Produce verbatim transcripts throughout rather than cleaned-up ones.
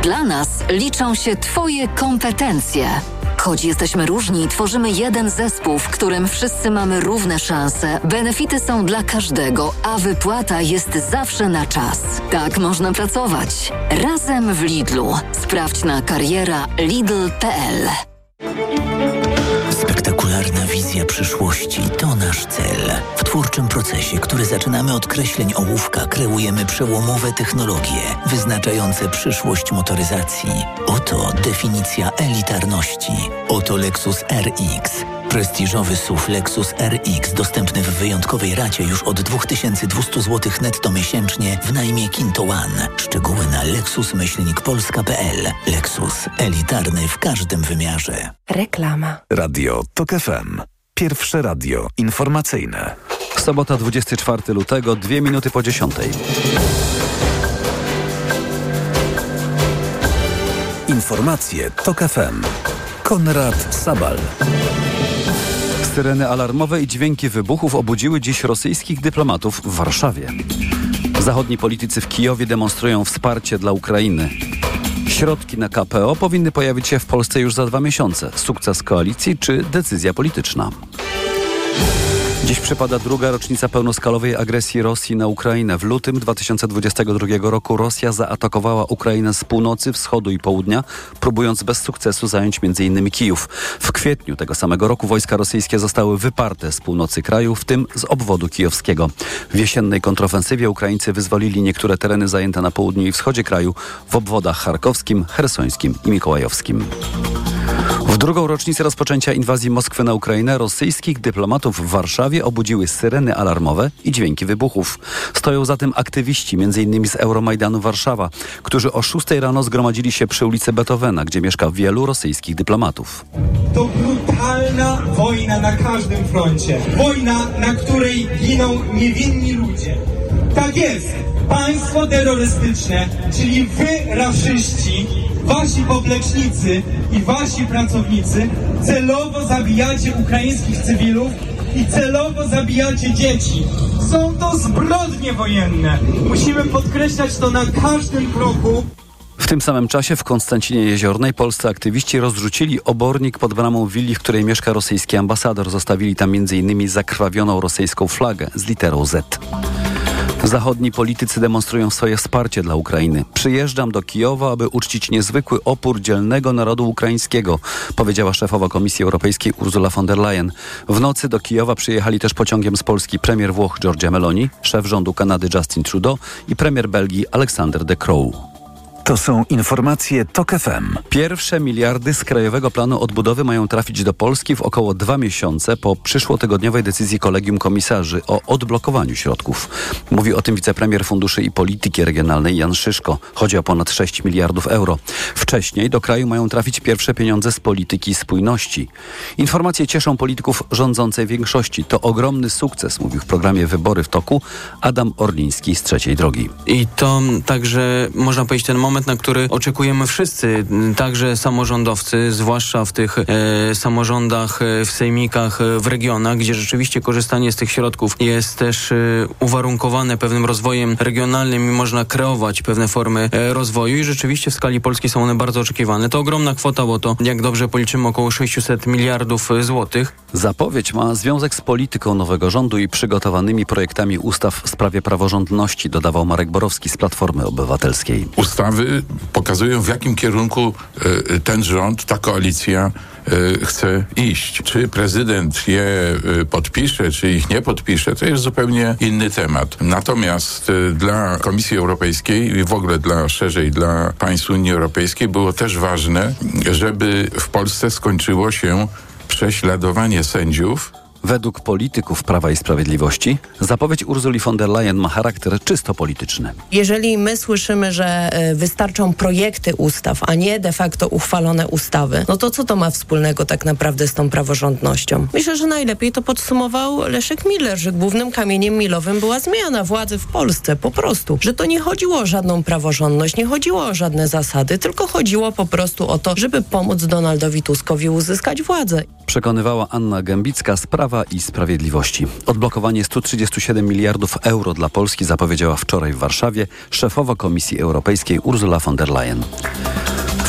Dla nas liczą się Twoje kompetencje. Choć jesteśmy różni, tworzymy jeden zespół, w którym wszyscy mamy równe szanse, benefity są dla każdego, a wypłata jest zawsze na czas. Tak można pracować. Razem w Lidlu. Sprawdź na kariera lidl kropka p l. Spektakularna wizja przyszłości to nasz cel. W twórczym procesie, który zaczynamy od kreśleń ołówka, kreujemy przełomowe technologie wyznaczające przyszłość motoryzacji. Oto definicja elitarności. Oto Lexus R X. Prestiżowy S U V Lexus R X dostępny w wyjątkowej racie już od dwa tysiące dwieście złotych netto miesięcznie w najmie Kinto One. Szczegóły na lexus myślnik polska kropka p l. Lexus. Elitarny w każdym wymiarze. Reklama. Radio TOK F M. Pierwsze radio informacyjne. Sobota, dwudziestego czwartego lutego, dwie minuty po dziesiątej. Informacje TOK F M. Konrad Sabal. Syreny alarmowe i dźwięki wybuchów obudziły dziś rosyjskich dyplomatów w Warszawie. Zachodni politycy w Kijowie demonstrują wsparcie dla Ukrainy. Środki na K P O powinny pojawić się w Polsce już za dwa miesiące. Sukces koalicji czy decyzja polityczna? Dziś przypada druga rocznica pełnoskalowej agresji Rosji na Ukrainę. W lutym dwa tysiące dwudziestego drugiego roku Rosja zaatakowała Ukrainę z północy, wschodu i południa, próbując bez sukcesu zająć między innymi Kijów. W kwietniu tego samego roku wojska rosyjskie zostały wyparte z północy kraju, w tym z obwodu kijowskiego. W jesiennej kontrofensywie Ukraińcy wyzwolili niektóre tereny zajęte na południu i wschodzie kraju w obwodach charkowskim, chersońskim i mikołajowskim. W drugą rocznicę rozpoczęcia inwazji Moskwy na Ukrainę rosyjskich dyplomatów w Warszawie obudziły syreny alarmowe i dźwięki wybuchów. Stoją za tym aktywiści, między innymi z Euromajdanu Warszawa, którzy o szóstej rano zgromadzili się przy ulicy Beethovena, gdzie mieszka wielu rosyjskich dyplomatów. To brutalna wojna na każdym froncie. Wojna, na której giną niewinni ludzie. Tak jest. Państwo terrorystyczne, czyli wy, raszyści, wasi poplecznicy i wasi pracownicy celowo zabijacie ukraińskich cywilów i celowo zabijacie dzieci. Są to zbrodnie wojenne. Musimy podkreślać to na każdym kroku. W tym samym czasie w Konstancinie Jeziornej polscy aktywiści rozrzucili obornik pod bramą willi, w której mieszka rosyjski ambasador. Zostawili tam między innymi zakrwawioną rosyjską flagę z literą Z. Zachodni politycy demonstrują swoje wsparcie dla Ukrainy. Przyjeżdżam do Kijowa, aby uczcić niezwykły opór dzielnego narodu ukraińskiego, powiedziała szefowa Komisji Europejskiej Ursula von der Leyen. W nocy do Kijowa przyjechali też pociągiem z Polski premier Włoch Giorgia Meloni, szef rządu Kanady Justin Trudeau i premier Belgii Alexander De Croo. To są informacje TOK F M. Pierwsze miliardy z Krajowego Planu Odbudowy mają trafić do Polski w około dwa miesiące po przyszłotygodniowej decyzji Kolegium Komisarzy o odblokowaniu środków. Mówi o tym wicepremier Funduszy i Polityki Regionalnej Jan Szyszko. Chodzi o ponad sześć miliardów euro. Wcześniej do kraju mają trafić pierwsze pieniądze z polityki spójności. Informacje cieszą polityków rządzącej większości. To ogromny sukces, mówił w programie Wybory w toku Adam Orliński z Trzeciej Drogi. I to także można powiedzieć ten moment, na który oczekujemy wszyscy, także samorządowcy, zwłaszcza w tych e, samorządach, e, w sejmikach, e, w regionach, gdzie rzeczywiście korzystanie z tych środków jest też e, uwarunkowane pewnym rozwojem regionalnym i można kreować pewne formy e, rozwoju i rzeczywiście w skali Polski są one bardzo oczekiwane. To ogromna kwota, bo to, jak dobrze policzymy, około sześćset miliardów złotych. Zapowiedź ma związek z polityką nowego rządu i przygotowanymi projektami ustaw w sprawie praworządności, dodawał Marek Borowski z Platformy Obywatelskiej. Ustawy pokazują, w jakim kierunku y, ten rząd, ta koalicja y, chce iść. Czy prezydent je y, podpisze, czy ich nie podpisze, to jest zupełnie inny temat. Natomiast y, dla Komisji Europejskiej i w ogóle dla szerzej dla państw Unii Europejskiej było też ważne, żeby w Polsce skończyło się prześladowanie sędziów. Według polityków Prawa i Sprawiedliwości zapowiedź Ursuli von der Leyen ma charakter czysto polityczny. Jeżeli my słyszymy, że wystarczą projekty ustaw, a nie de facto uchwalone ustawy, no to co to ma wspólnego tak naprawdę z tą praworządnością? Myślę, że najlepiej to podsumował Leszek Miller, że głównym kamieniem milowym była zmiana władzy w Polsce, po prostu. Że to nie chodziło o żadną praworządność, nie chodziło o żadne zasady, tylko chodziło po prostu o to, żeby pomóc Donaldowi Tuskowi uzyskać władzę. Przekonywała Anna Gębicka z Prawa i Sprawiedliwości. Odblokowanie sto trzydzieści siedem miliardów euro dla Polski zapowiedziała wczoraj w Warszawie szefowa Komisji Europejskiej Ursula von der Leyen.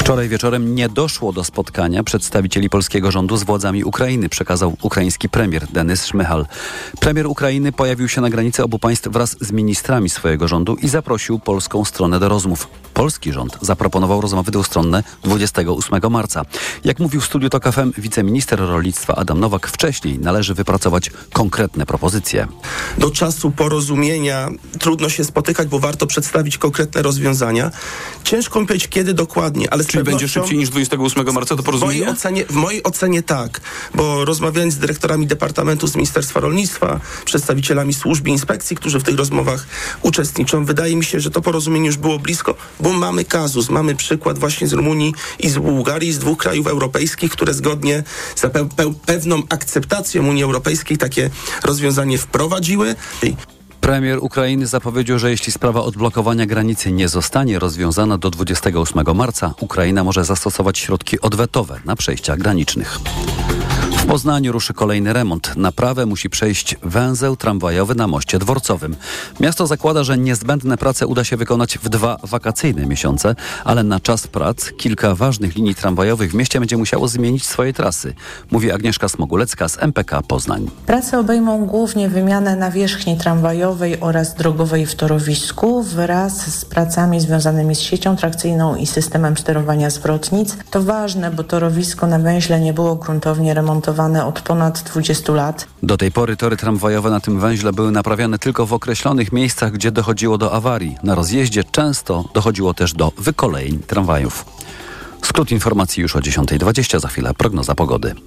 Wczoraj wieczorem nie doszło do spotkania przedstawicieli polskiego rządu z władzami Ukrainy, przekazał ukraiński premier Denys Szmyhal. Premier Ukrainy pojawił się na granicy obu państw wraz z ministrami swojego rządu i zaprosił polską stronę do rozmów. Polski rząd zaproponował rozmowy dwustronne dwudziestego ósmego marca. Jak mówił w studiu Tok F M wiceminister rolnictwa Adam Nowak, wcześniej należy wypracować konkretne propozycje. Do czasu porozumienia trudno się spotykać, bo warto przedstawić konkretne rozwiązania. Ciężko mi powiedzieć, kiedy dokładnie, ale Czyli będzie szybciej niż dwudziestego ósmego marca to porozumienie? W mojej ocenie, w mojej ocenie tak, bo rozmawiając z dyrektorami departamentu z Ministerstwa Rolnictwa, przedstawicielami służb i inspekcji, którzy w tych rozmowach uczestniczą, wydaje mi się, że to porozumienie już było blisko, bo mamy kazus, mamy przykład właśnie z Rumunii i z Bułgarii, z dwóch krajów europejskich, które zgodnie z pe- pe- pewną akceptacją Unii Europejskiej takie rozwiązanie wprowadziły. Premier Ukrainy zapowiedział, że jeśli sprawa odblokowania granicy nie zostanie rozwiązana do dwudziestego ósmego marca, Ukraina może zastosować środki odwetowe na przejściach granicznych. W Poznaniu ruszy kolejny remont. Naprawę musi przejść węzeł tramwajowy na moście dworcowym. Miasto zakłada, że niezbędne prace uda się wykonać w dwa wakacyjne miesiące, ale na czas prac kilka ważnych linii tramwajowych w mieście będzie musiało zmienić swoje trasy, mówi Agnieszka Smogulecka z M P K Poznań. Prace obejmą głównie wymianę nawierzchni tramwajowej oraz drogowej w torowisku wraz z pracami związanymi z siecią trakcyjną i systemem sterowania zwrotnic. To ważne, bo torowisko na węźle nie było gruntownie remontowane od ponad dwudziestu lat. Do tej pory tory tramwajowe na tym węźle były naprawiane tylko w określonych miejscach, gdzie dochodziło do awarii. Na rozjeździe często dochodziło też do wykolejeń tramwajów. Skrót informacji już o dziesiąta dwadzieścia, za chwilę prognoza pogody.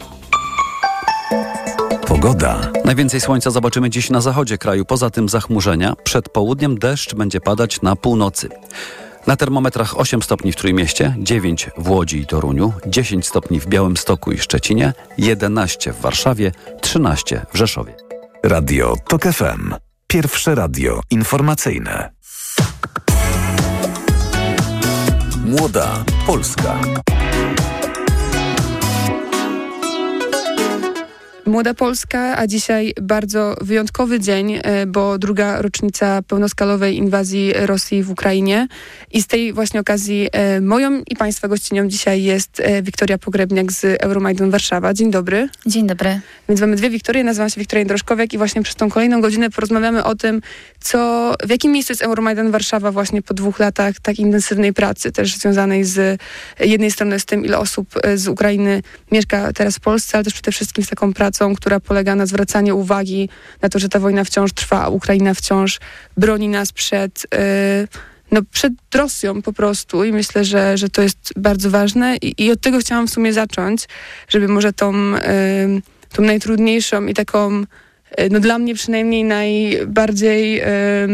Pogoda. Najwięcej słońca zobaczymy dziś na zachodzie kraju, poza tym zachmurzenia. Przed południem deszcz będzie padać na północy. Na termometrach osiem stopni w Trójmieście, dziewięć w Łodzi i Toruniu, dziesięć stopni w Białymstoku i Szczecinie, jedenaście w Warszawie, trzynaście w Rzeszowie. Radio Tok F M. Pierwsze radio informacyjne. Młoda Polska. Młoda Polska, a dzisiaj bardzo wyjątkowy dzień, bo druga rocznica pełnoskalowej inwazji Rosji w Ukrainie. I z tej właśnie okazji moją i Państwa gościnią dzisiaj jest Wiktoria Pogrebniak z Euromajdan Warszawa. Dzień dobry. Dzień dobry. Więc mamy dwie Wiktorie, nazywam się Wiktoria Jędroszkowiak i właśnie przez tą kolejną godzinę porozmawiamy o tym, co, w jakim miejscu jest Euromajdan Warszawa właśnie po dwóch latach tak intensywnej pracy, też związanej z jednej strony z tym, ile osób z Ukrainy mieszka teraz w Polsce, ale też przede wszystkim z taką pracą, która polega na zwracaniu uwagi na to, że ta wojna wciąż trwa, a Ukraina wciąż broni nas przed, yy, no, przed Rosją po prostu i myślę, że, że to jest bardzo ważne i, i od tego chciałam w sumie zacząć, żeby może tą, yy, tą najtrudniejszą i taką, yy, no dla mnie przynajmniej najbardziej yy,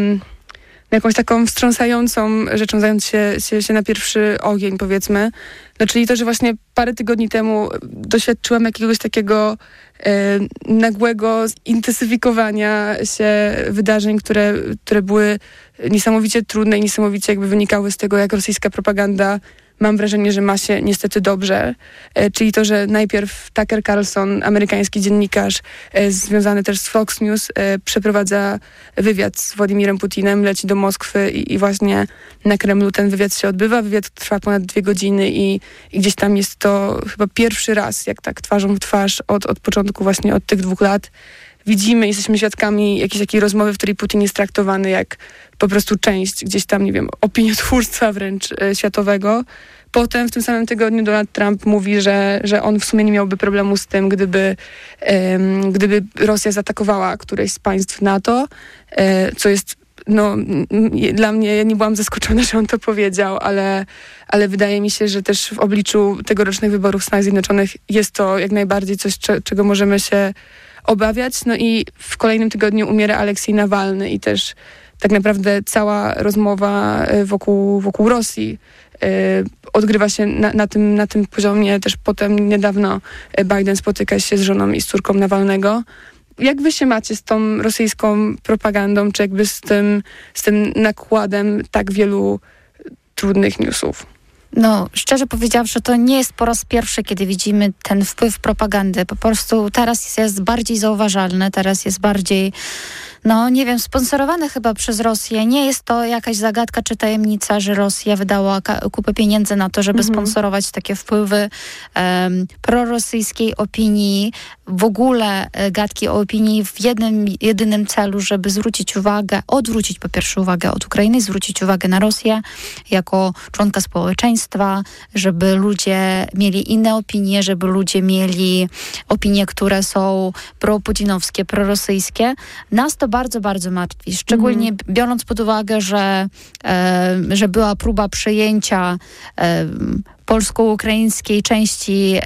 jakąś taką wstrząsającą rzeczą, zająć się, się, się na pierwszy ogień, powiedzmy. No, czyli to, że właśnie parę tygodni temu doświadczyłam jakiegoś takiego e, nagłego zintensyfikowania się wydarzeń, które, które były niesamowicie trudne i niesamowicie jakby wynikały z tego, jak rosyjska propaganda, mam wrażenie, że ma się niestety dobrze. E, czyli to, że najpierw Tucker Carlson, amerykański dziennikarz e, związany też z Fox News, e, przeprowadza wywiad z Władimirem Putinem, leci do Moskwy i, i właśnie na Kremlu ten wywiad się odbywa. Wywiad trwa ponad dwie godziny i, i gdzieś tam jest to chyba pierwszy raz, jak tak twarzą w twarz od, od początku właśnie od tych dwóch lat widzimy, jesteśmy świadkami jakiejś takiej rozmowy, w której Putin jest traktowany jak po prostu część gdzieś tam, nie wiem, opiniotwórstwa wręcz e, światowego. Potem w tym samym tygodniu Donald Trump mówi, że, że on w sumie nie miałby problemu z tym, gdyby, um, gdyby Rosja zaatakowała któreś z państw NATO, e, co jest no, dla mnie, ja nie byłam zaskoczona, że on to powiedział, ale, ale wydaje mi się, że też w obliczu tegorocznych wyborów w Stanach Zjednoczonych jest to jak najbardziej coś, cze, czego możemy się obawiać. No i w kolejnym tygodniu umiera Aleksiej Nawalny i też tak naprawdę cała rozmowa wokół, wokół Rosji y, odgrywa się na, na, tym, na tym poziomie. Też potem niedawno Biden spotyka się z żoną i z córką Nawalnego. Jak wy się macie z tą rosyjską propagandą, czy jakby z tym, z tym nakładem tak wielu trudnych newsów? No, szczerze powiedziawszy, to nie jest po raz pierwszy, kiedy widzimy ten wpływ propagandy. Po prostu teraz jest bardziej zauważalny, teraz jest bardziej No nie wiem, sponsorowane chyba przez Rosję. Nie jest to jakaś zagadka czy tajemnica, że Rosja wydała ka- kupę pieniędzy na to, żeby mhm. sponsorować takie wpływy um, prorosyjskiej opinii, w ogóle e, gadki o opinii w jednym, jedynym celu, żeby zwrócić uwagę, odwrócić po pierwsze uwagę od Ukrainy, zwrócić uwagę na Rosję jako członka społeczeństwa, żeby ludzie mieli inne opinie, żeby ludzie mieli opinie, które są proputinowskie, prorosyjskie. Nas to bardzo, bardzo martwi. Szczególnie mm. biorąc pod uwagę, że, e, że była próba przejęcia e, polsko-ukraińskiej części e,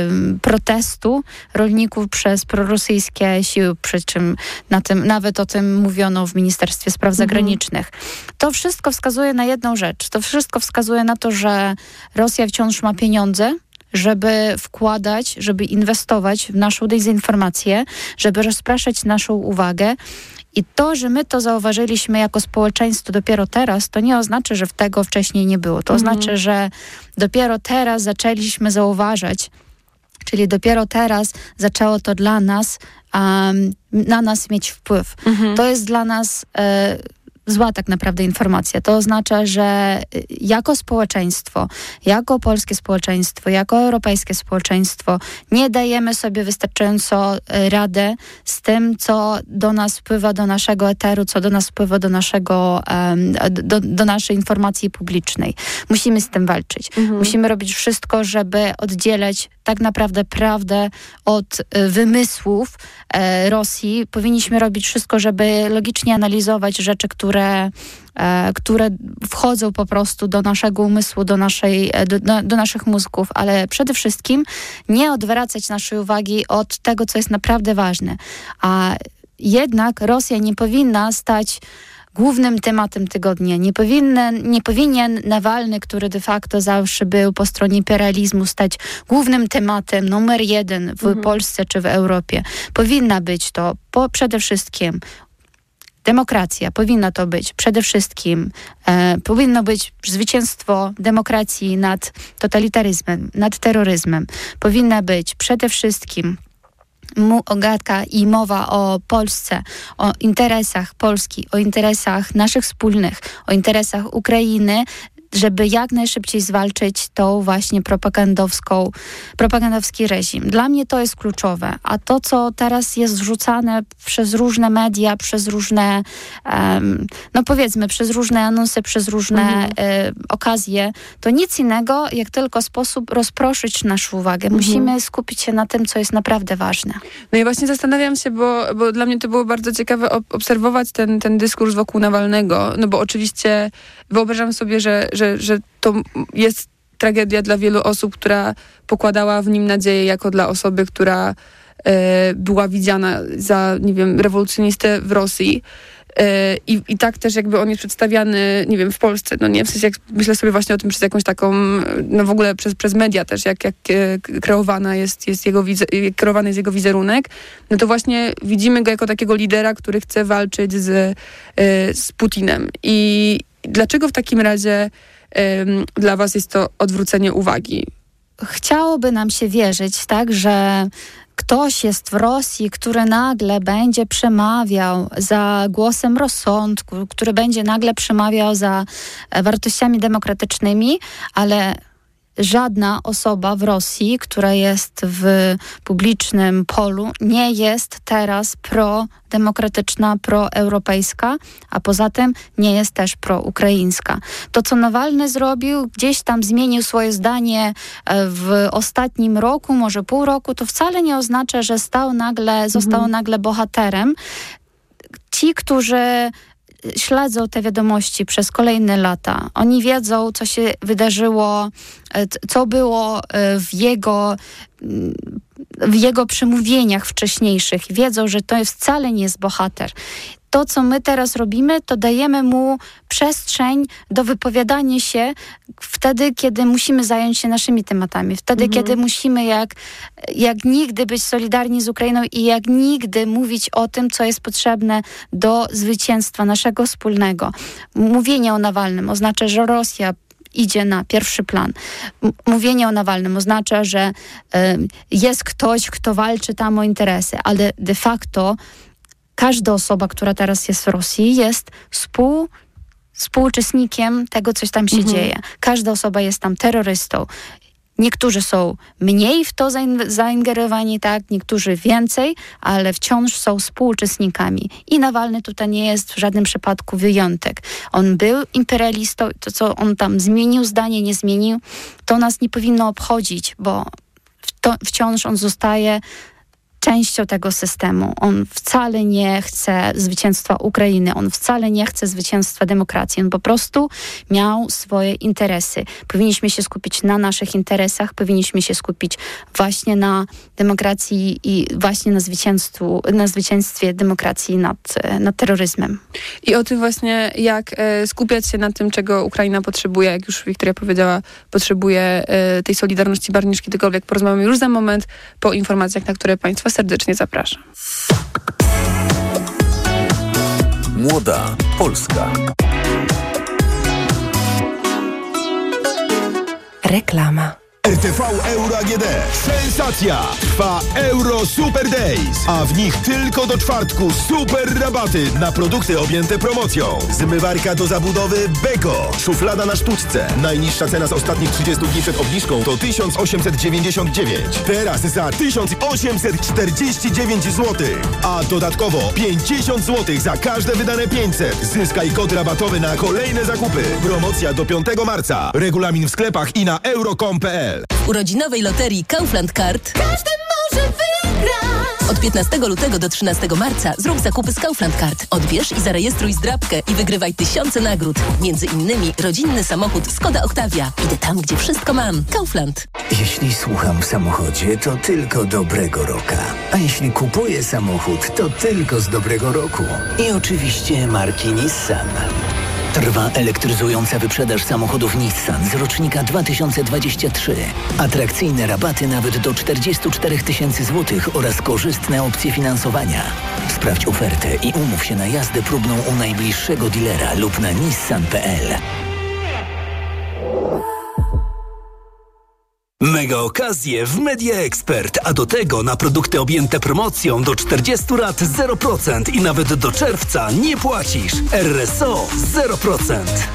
protestu rolników przez prorosyjskie siły, przy czym na tym, nawet o tym mówiono w Ministerstwie Spraw Zagranicznych. Mhm. To wszystko wskazuje na jedną rzecz. To wszystko wskazuje na to, że Rosja wciąż ma pieniądze, żeby wkładać, żeby inwestować w naszą dezinformację, żeby rozpraszać naszą uwagę. I to, że my to zauważyliśmy jako społeczeństwo dopiero teraz, to nie oznacza, że tego wcześniej nie było. To mhm. oznacza, że dopiero teraz zaczęliśmy zauważać, czyli dopiero teraz zaczęło to dla nas, um, na nas mieć wpływ. Mhm. To jest dla nas e, zła tak naprawdę informacja. To oznacza, że jako społeczeństwo, jako polskie społeczeństwo, jako europejskie społeczeństwo nie dajemy sobie wystarczająco radę z tym, co do nas wpływa do naszego eteru, co do nas wpływa do naszego, do, do naszej informacji publicznej. Musimy z tym walczyć. Mhm. Musimy robić wszystko, żeby oddzielać tak naprawdę prawdę od wymysłów e, Rosji. Powinniśmy robić wszystko, żeby logicznie analizować rzeczy, które, e, które wchodzą po prostu do naszego umysłu, do, naszej, do, do, do naszych mózgów, ale przede wszystkim nie odwracać naszej uwagi od tego, co jest naprawdę ważne. A jednak Rosja nie powinna stać głównym tematem tygodnia. Nie powinien, nie powinien Nawalny, który de facto zawsze był po stronie imperializmu, stać głównym tematem numer jeden w mhm. Polsce czy w Europie. Powinna być to po, przede wszystkim demokracja. Powinna to być przede wszystkim, e, powinno być zwycięstwo demokracji nad totalitaryzmem, nad terroryzmem. Powinna być przede wszystkim gadka i mowa o Polsce, o interesach Polski, o interesach naszych wspólnych, o interesach Ukrainy, żeby jak najszybciej zwalczyć tą właśnie propagandowską, propagandowski reżim. Dla mnie to jest kluczowe. A to, co teraz jest wrzucane przez różne media, przez różne, um, no powiedzmy, przez różne anonsy, przez różne mhm. e, okazje, to nic innego, jak tylko sposób rozproszyć naszą uwagę. Mhm. Musimy skupić się na tym, co jest naprawdę ważne. No i właśnie zastanawiam się, bo, bo dla mnie to było bardzo ciekawe obserwować ten, ten dyskurs wokół Nawalnego, no bo oczywiście wyobrażam sobie, że, że Że, że to jest tragedia dla wielu osób, która pokładała w nim nadzieję jako dla osoby, która e, była widziana za, nie wiem, rewolucjonistę w Rosji. E, i, I tak też jakby on jest przedstawiany, nie wiem, w Polsce, no nie, w sensie jak myślę sobie właśnie o tym przez jakąś taką, no w ogóle przez, przez media też, jak, jak kreowana jest, jest jego, kreowany jest jego wizerunek, no to właśnie widzimy go jako takiego lidera, który chce walczyć z, e, z Putinem. I dlaczego w takim razie ym, dla was jest to odwrócenie uwagi? Chciałoby nam się wierzyć, tak, że ktoś jest w Rosji, który nagle będzie przemawiał za głosem rozsądku, który będzie nagle przemawiał za wartościami demokratycznymi, ale żadna osoba w Rosji, która jest w publicznym polu, nie jest teraz prodemokratyczna, proeuropejska, a poza tym nie jest też proukraińska. To, co Nawalny zrobił, gdzieś tam zmienił swoje zdanie w ostatnim roku, może pół roku, to wcale nie oznacza, że stał nagle, został mhm. nagle bohaterem. Ci, którzy śledzą te wiadomości przez kolejne lata. Oni wiedzą, co się wydarzyło, co było w jego, w jego przemówieniach wcześniejszych. Wiedzą, że to wcale nie jest bohater. To, co my teraz robimy, to dajemy mu przestrzeń do wypowiadania się wtedy, kiedy musimy zająć się naszymi tematami. Wtedy, mhm. kiedy musimy jak, jak nigdy być solidarni z Ukrainą i jak nigdy mówić o tym, co jest potrzebne do zwycięstwa naszego wspólnego. Mówienie o Nawalnym oznacza, że Rosja idzie na pierwszy plan. M- mówienie o Nawalnym oznacza, że y, jest ktoś, kto walczy tam o interesy, ale de facto każda osoba, która teraz jest w Rosji, jest współ współuczestnikiem tego, co tam się mhm. dzieje. Każda osoba jest tam terrorystą. Niektórzy są mniej w to zaingerowani, tak, niektórzy więcej, ale wciąż są współuczestnikami. I Nawalny tutaj nie jest w żadnym przypadku wyjątek. On był imperialistą, to co on tam zmienił zdanie, nie zmienił, to nas nie powinno obchodzić, bo to, wciąż on zostaje częścią tego systemu. On wcale nie chce zwycięstwa Ukrainy, on wcale nie chce zwycięstwa demokracji. On po prostu miał swoje interesy. Powinniśmy się skupić na naszych interesach, powinniśmy się skupić właśnie na demokracji i właśnie na zwycięstwu, na zwycięstwie demokracji nad, nad terroryzmem. I o tym właśnie, jak e, skupiać się na tym, czego Ukraina potrzebuje, jak już Wiktoria powiedziała, potrzebuje e, tej solidarności bardziej niż kiedykolwiek. Porozmawiamy już za moment po informacjach, na które Państwa serdecznie zapraszam. Młoda Polska. Reklama. R T V Euro A G D. Sensacja! Trwa Euro Super Days, a w nich tylko do czwartku super rabaty na produkty objęte promocją. Zmywarka do zabudowy Beko. Szuflada na sztuczce. Najniższa cena z ostatnich trzydziestu dni przed obniżką to tysiąc osiemset dziewięćdziesiąt dziewięć. Teraz za tysiąc osiemset czterdzieści dziewięć złotych. A dodatkowo pięćdziesiąt złotych za każde wydane pięćset. Zyskaj kod rabatowy na kolejne zakupy. Promocja do piątego marca. Regulamin w sklepach i na euro kropka com kropka p l. W urodzinowej loterii Kaufland Card każdy może wygrać. Od piętnastego lutego do trzynastego marca zrób zakupy z Kaufland Card. Odbierz i zarejestruj zdrabkę i wygrywaj tysiące nagród. Między innymi rodzinny samochód Skoda Octavia. Idę tam, gdzie wszystko mam. Kaufland. Jeśli słucham w samochodzie, to tylko dobrego roka. A jeśli kupuję samochód, to tylko z dobrego roku. I oczywiście marki Nissan. Trwa elektryzująca wyprzedaż samochodów Nissan z rocznika dwa tysiące dwudziestego trzeciego. Atrakcyjne rabaty nawet do czterdzieści cztery tysiące złotych oraz korzystne opcje finansowania. Sprawdź ofertę i umów się na jazdę próbną u najbliższego dealera lub na nissan kropka p l. Mega okazje w Media Expert, a do tego na produkty objęte promocją do czterdziestu lat zero procent i nawet do czerwca nie płacisz. R S O zero procent.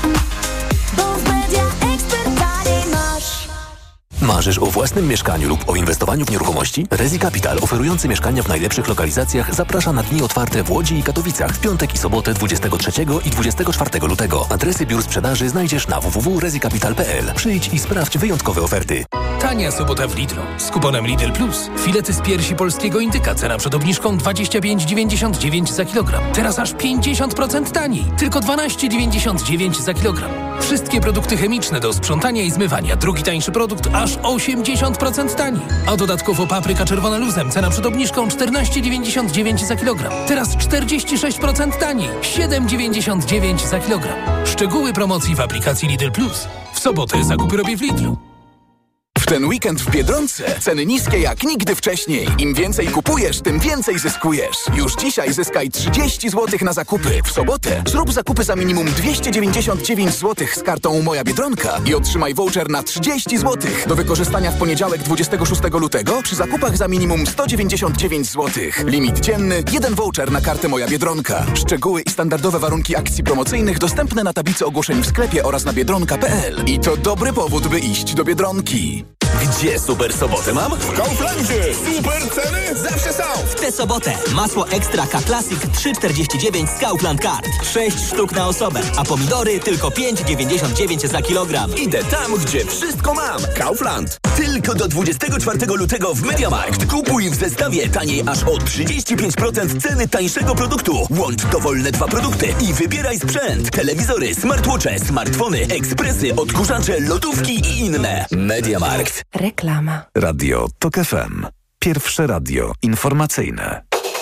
Bo w Media Expert taniej masz. Marzysz o własnym mieszkaniu lub o inwestowaniu w nieruchomości? Rezi Capital, oferujący mieszkania w najlepszych lokalizacjach, zaprasza na dni otwarte w Łodzi i Katowicach w piątek i sobotę dwudziestego trzeciego i dwudziestego czwartego lutego. Adresy biur sprzedaży znajdziesz na w w w kropka rezi capital kropka p l. Przyjdź i sprawdź wyjątkowe oferty. Tania sobota w Lidlu. Z kuponem Lidl Plus. Filety z piersi polskiego indyka. Cena przed obniżką dwadzieścia pięć dziewięćdziesiąt dziewięć za kilogram. Teraz aż pięćdziesiąt procent taniej. Tylko dwanaście dziewięćdziesiąt dziewięć za kilogram. Wszystkie produkty chemiczne do sprzątania i zmywania. Drugi tańszy produkt aż osiemdziesiąt procent taniej. A dodatkowo papryka czerwona luzem. Cena przed obniżką czternaście dziewięćdziesiąt dziewięć za kilogram. Teraz czterdzieści sześć procent taniej. siedem dziewięćdziesiąt dziewięć za kilogram. Szczegóły promocji w aplikacji Lidl Plus. W sobotę zakupy robię w Lidlu. W ten weekend w Biedronce ceny niskie jak nigdy wcześniej. Im więcej kupujesz, tym więcej zyskujesz. Już dzisiaj zyskaj trzydzieści złotych na zakupy. W sobotę zrób zakupy za minimum dwieście dziewięćdziesiąt dziewięć złotych z kartą Moja Biedronka i otrzymaj voucher na trzydzieści złotych. Do wykorzystania w poniedziałek dwudziestego szóstego lutego przy zakupach za minimum sto dziewięćdziesiąt dziewięć złotych. Limit dzienny, jeden voucher na kartę Moja Biedronka. Szczegóły i standardowe warunki akcji promocyjnych dostępne na tablicy ogłoszeń w sklepie oraz na biedronka kropka p l. I to dobry powód, by iść do Biedronki. Gdzie super sobotę mam? W Kauflandzie! Super ceny zawsze są! W tę sobotę masło Extra K Classic trzy czterdzieści dziewięć z Kaufland Card. sześć sztuk na osobę, a pomidory tylko pięć dziewięćdziesiąt dziewięć za kilogram. Idę tam, gdzie wszystko mam. Kaufland. Tylko do dwudziestego czwartego lutego w MediaMarkt. Kupuj w zestawie taniej aż o trzydzieści pięć procent ceny tańszego produktu. Łącz dowolne dwa produkty i wybieraj sprzęt. Telewizory, smartwatche, smartfony, ekspresy, odkurzacze, lodówki i inne. MediaMarkt. Reklama. Radio Tok F M. Pierwsze radio informacyjne.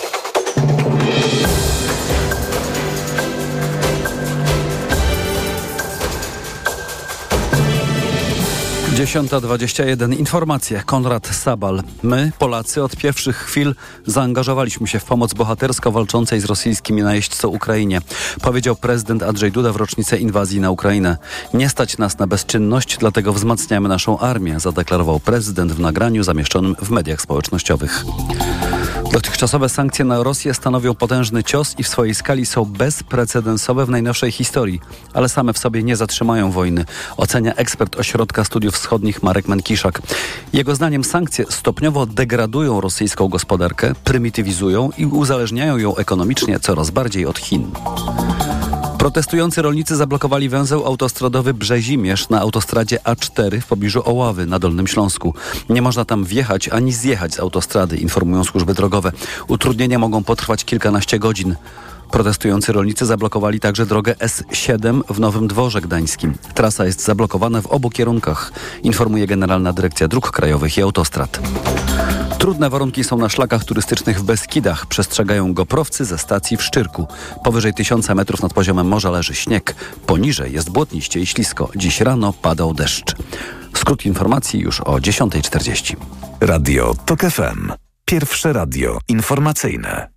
dziesiąta dwadzieścia jeden. Informacje. Konrad Sabal. My, Polacy, od pierwszych chwil zaangażowaliśmy się w pomoc bohatersko walczącej z rosyjskimi najeźdźcą Ukrainie, powiedział prezydent Andrzej Duda w rocznicę inwazji na Ukrainę. Nie stać nas na bezczynność, dlatego wzmacniamy naszą armię, zadeklarował prezydent w nagraniu zamieszczonym w mediach społecznościowych. Dotychczasowe sankcje na Rosję stanowią potężny cios i w swojej skali są bezprecedensowe w najnowszej historii, ale same w sobie nie zatrzymają wojny, ocenia ekspert Ośrodka Studiów Wschodnich Marek Menkiszak. Jego zdaniem sankcje stopniowo degradują rosyjską gospodarkę, prymitywizują i uzależniają ją ekonomicznie coraz bardziej od Chin. Protestujący rolnicy zablokowali węzeł autostradowy Brzezimierz na autostradzie A cztery w pobliżu Oławy na Dolnym Śląsku. Nie można tam wjechać ani zjechać z autostrady, informują służby drogowe. Utrudnienia mogą potrwać kilkanaście godzin. Protestujący rolnicy zablokowali także drogę S siedem w Nowym Dworze Gdańskim. Trasa jest zablokowana w obu kierunkach, informuje Generalna Dyrekcja Dróg Krajowych i Autostrad. Trudne warunki są na szlakach turystycznych w Beskidach. Przestrzegają goprowcy ze stacji w Szczyrku. Powyżej tysiąca metrów nad poziomem morza leży śnieg. Poniżej jest błotniście i ślisko. Dziś rano padał deszcz. Skrót informacji już o dziesiąta czterdzieści. Radio TOK F M. Pierwsze radio informacyjne.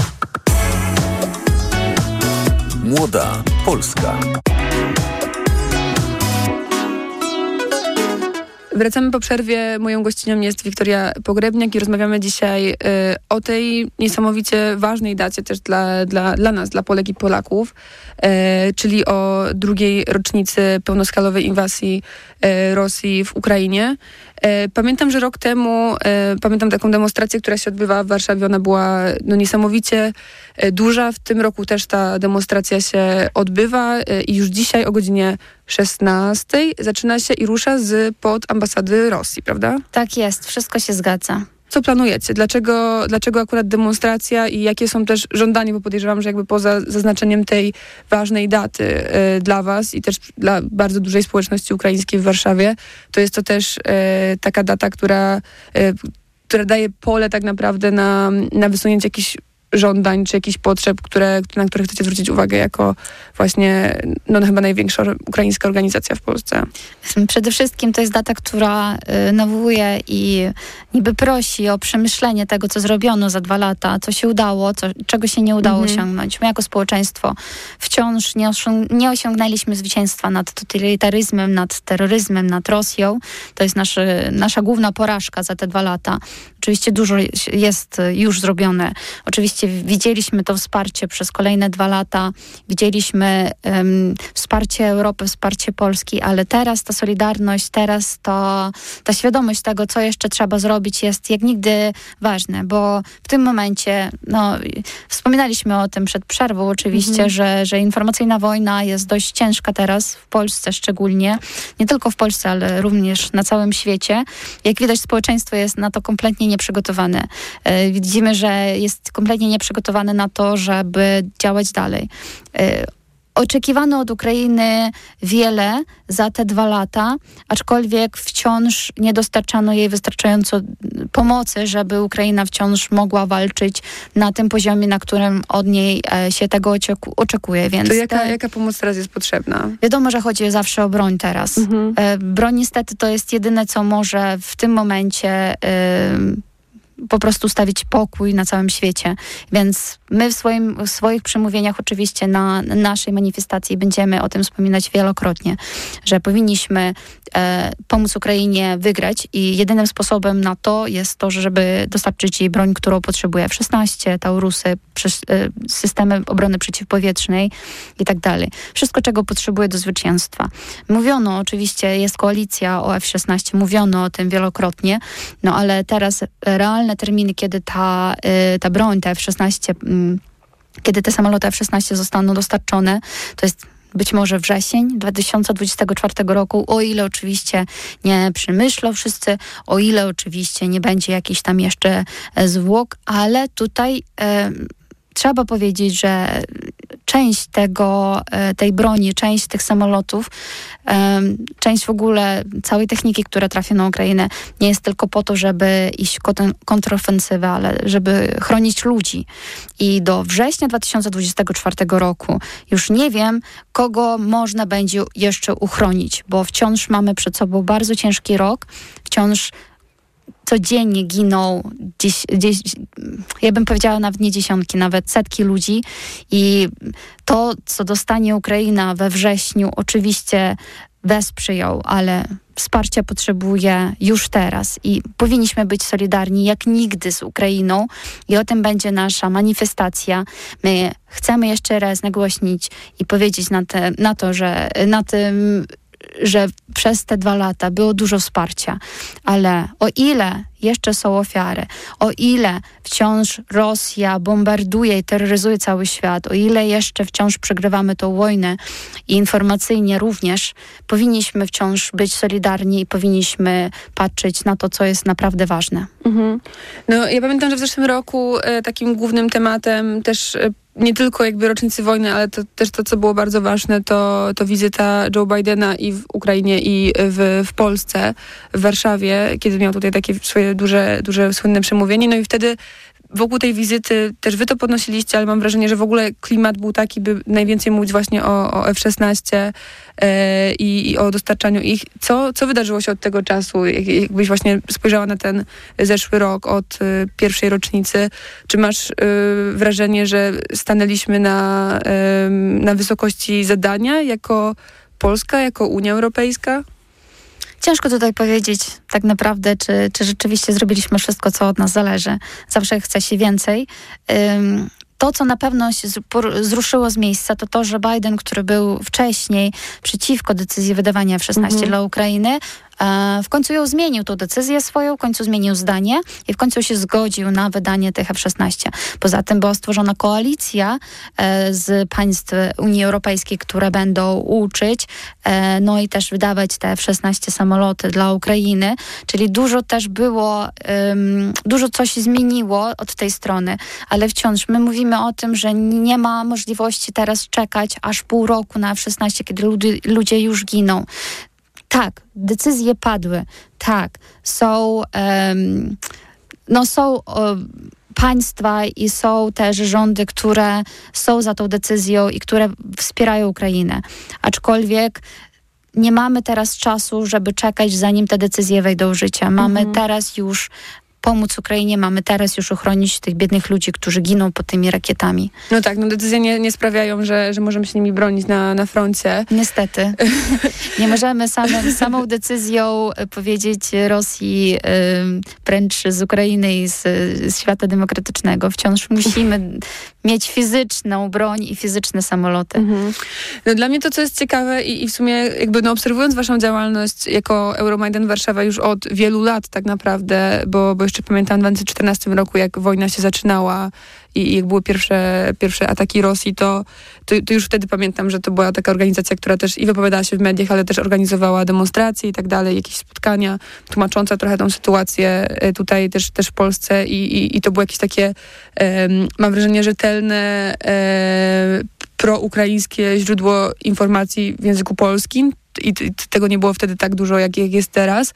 Młoda Polska. Wracamy po przerwie. Moją gościnią jest Wiktoria Pogrebniak i rozmawiamy dzisiaj y, o tej niesamowicie ważnej dacie też dla, dla, dla nas, dla Polek i Polaków, y, czyli o drugiej rocznicy pełnoskalowej inwazji y, Rosji w Ukrainie. Y, pamiętam, że rok temu, y, pamiętam taką demonstrację, która się odbywała w Warszawie. Ona była no, niesamowicie y, duża. W tym roku też ta demonstracja się odbywa y, i już dzisiaj o godzinie szesnastej zaczyna się i rusza z pod ambasady Rosji, prawda? Tak jest, wszystko się zgadza. Co planujecie? Dlaczego, dlaczego akurat demonstracja i jakie są też żądania, bo podejrzewam, że jakby poza zaznaczeniem tej ważnej daty y, dla was i też dla bardzo dużej społeczności ukraińskiej w Warszawie, to jest to też y, taka data, która, y, która daje pole tak naprawdę na, na wysunięcie jakichś żądań, czy jakichś potrzeb, które, na które chcecie zwrócić uwagę jako właśnie no, chyba największa ukraińska organizacja w Polsce? Przede wszystkim to jest data, która y, nawołuje i niby prosi o przemyślenie tego, co zrobiono za dwa lata, co się udało, co, czego się nie udało mhm. osiągnąć. My jako społeczeństwo wciąż nie, osiąg- nie osiągnęliśmy zwycięstwa nad totalitaryzmem, nad terroryzmem, nad Rosją. To jest naszy, nasza główna porażka za te dwa lata. Oczywiście dużo jest już zrobione. Oczywiście widzieliśmy to wsparcie przez kolejne dwa lata. Widzieliśmy um, wsparcie Europy, wsparcie Polski, ale teraz ta solidarność, teraz to, ta świadomość tego, co jeszcze trzeba zrobić, jest jak nigdy ważne, bo w tym momencie, no, wspominaliśmy o tym przed przerwą oczywiście, mhm. że, że informacyjna wojna jest dość ciężka teraz, w Polsce szczególnie. Nie tylko w Polsce, ale również na całym świecie. Jak widać, społeczeństwo jest na to kompletnie nieprzygotowane. E, widzimy, że jest kompletnie nieprzygotowane na to, żeby działać dalej. E, Oczekiwano od Ukrainy wiele za te dwa lata, aczkolwiek wciąż nie dostarczano jej wystarczająco pomocy, żeby Ukraina wciąż mogła walczyć na tym poziomie, na którym od niej się tego oczeku- oczekuje. Więc to jaka, te... jaka pomoc teraz jest potrzebna? Wiadomo, że chodzi zawsze o broń teraz. Mhm. Broń niestety to jest jedyne, co może w tym momencie... Yy, po prostu stawić pokój na całym świecie. Więc my w, swoim, w swoich przemówieniach oczywiście na naszej manifestacji będziemy o tym wspominać wielokrotnie, że powinniśmy e, pomóc Ukrainie wygrać i jedynym sposobem na to jest to, żeby dostarczyć jej broń, którą potrzebuje F szesnaście, Taurusy, przez, e, systemy obrony przeciwpowietrznej i tak dalej. Wszystko, czego potrzebuje do zwycięstwa. Mówiono, oczywiście jest koalicja o F szesnaście, mówiono o tym wielokrotnie, no ale teraz realnie terminy, kiedy ta, y, ta broń, ta F szesnaście, y, kiedy te samoloty F szesnaście zostaną dostarczone, to jest być może wrzesień dwa tysiące dwudziestego czwartego roku, o ile oczywiście nie przemyślą wszyscy, o ile oczywiście nie będzie jakichś tam jeszcze zwłok, ale tutaj y, trzeba powiedzieć, że część tego, tej broni, część tych samolotów, część w ogóle całej techniki, która trafia na Ukrainę, nie jest tylko po to, żeby iść kontrofensywę, ale żeby chronić ludzi. I do września dwa tysiące dwudziestego czwartego roku już nie wiem, kogo można będzie jeszcze uchronić, bo wciąż mamy przed sobą bardzo ciężki rok, wciąż codziennie giną dziś, dziś, ja bym powiedziała nawet nie dziesiątki, nawet setki ludzi i to, co dostanie Ukraina we wrześniu, oczywiście wesprze ją, ale wsparcia potrzebuje już teraz i powinniśmy być solidarni jak nigdy z Ukrainą i o tym będzie nasza manifestacja. My chcemy jeszcze raz nagłośnić i powiedzieć na, te, na to, że na tym, że przez te dwa lata było dużo wsparcia, ale o ile jeszcze są ofiary, o ile wciąż Rosja bombarduje i terroryzuje cały świat, o ile jeszcze wciąż przegrywamy tą wojnę i informacyjnie również, powinniśmy wciąż być solidarni i powinniśmy patrzeć na to, co jest naprawdę ważne. Mhm. No, ja pamiętam, że w zeszłym roku e, takim głównym tematem też e, nie tylko jakby rocznicy wojny, ale to, też to, co było bardzo ważne, to, to wizyta Joe Bidena i w Ukrainie, i w, w Polsce, w Warszawie, kiedy miał tutaj takie swoje duże, duże słynne przemówienie. No i wtedy wokół tej wizyty też wy to podnosiliście, ale mam wrażenie, że w ogóle klimat był taki, by najwięcej mówić właśnie o, o F szesnaście e, i, i o dostarczaniu ich. Co, co wydarzyło się od tego czasu? Jak, jakbyś właśnie spojrzała na ten zeszły rok od e, pierwszej rocznicy, czy masz e, wrażenie, że stanęliśmy na, e, na wysokości zadania jako Polska, jako Unia Europejska? Ciężko tutaj powiedzieć tak naprawdę, czy, czy rzeczywiście zrobiliśmy wszystko, co od nas zależy. Zawsze chce się więcej. Um, To, co na pewno się zruszyło z miejsca, to to, że Biden, który był wcześniej przeciwko decyzji wydawania F szesnaście mhm. dla Ukrainy, w końcu ją zmienił, tą decyzję swoją, w końcu zmienił zdanie i w końcu się zgodził na wydanie tych F szesnaście. Poza tym była stworzona koalicja z państw Unii Europejskiej, które będą uczyć, no i też wydawać te F szesnaście samoloty dla Ukrainy, czyli dużo też było, dużo coś zmieniło od tej strony, ale wciąż my mówimy o tym, że nie ma możliwości teraz czekać aż pół roku na F szesnaście, kiedy ludzie, ludzie już giną. Tak, decyzje padły. Tak, są, um, no są um, państwa i są też rządy, które są za tą decyzją i które wspierają Ukrainę. Aczkolwiek nie mamy teraz czasu, żeby czekać, zanim te decyzje wejdą w życie. Mamy mhm. teraz już pomóc Ukrainie, mamy teraz już ochronić tych biednych ludzi, którzy giną pod tymi rakietami. No tak, no decyzje nie, nie sprawiają, że, że możemy się nimi bronić na, na froncie. Niestety. Nie możemy samą, samą decyzją powiedzieć Rosji yy, wręcz z Ukrainy i z, z świata demokratycznego. Wciąż musimy mieć fizyczną broń i fizyczne samoloty. Mhm. No dla mnie to, co jest ciekawe i, i w sumie jakby no obserwując waszą działalność jako Euromajdan Warszawa już od wielu lat tak naprawdę, bo, bo jeszcze pamiętam w dwa tysiące czternastym roku, jak wojna się zaczynała i jak były pierwsze, pierwsze ataki Rosji, to, to, to już wtedy pamiętam, że to była taka organizacja, która też i wypowiadała się w mediach, ale też organizowała demonstracje i tak dalej, jakieś spotkania tłumaczące trochę tą sytuację tutaj też, też w Polsce i, i, i to było jakieś takie, um, mam wrażenie, rzetelne, um, proukraińskie źródło informacji w języku polskim. I tego nie było wtedy tak dużo, jak, jak jest teraz,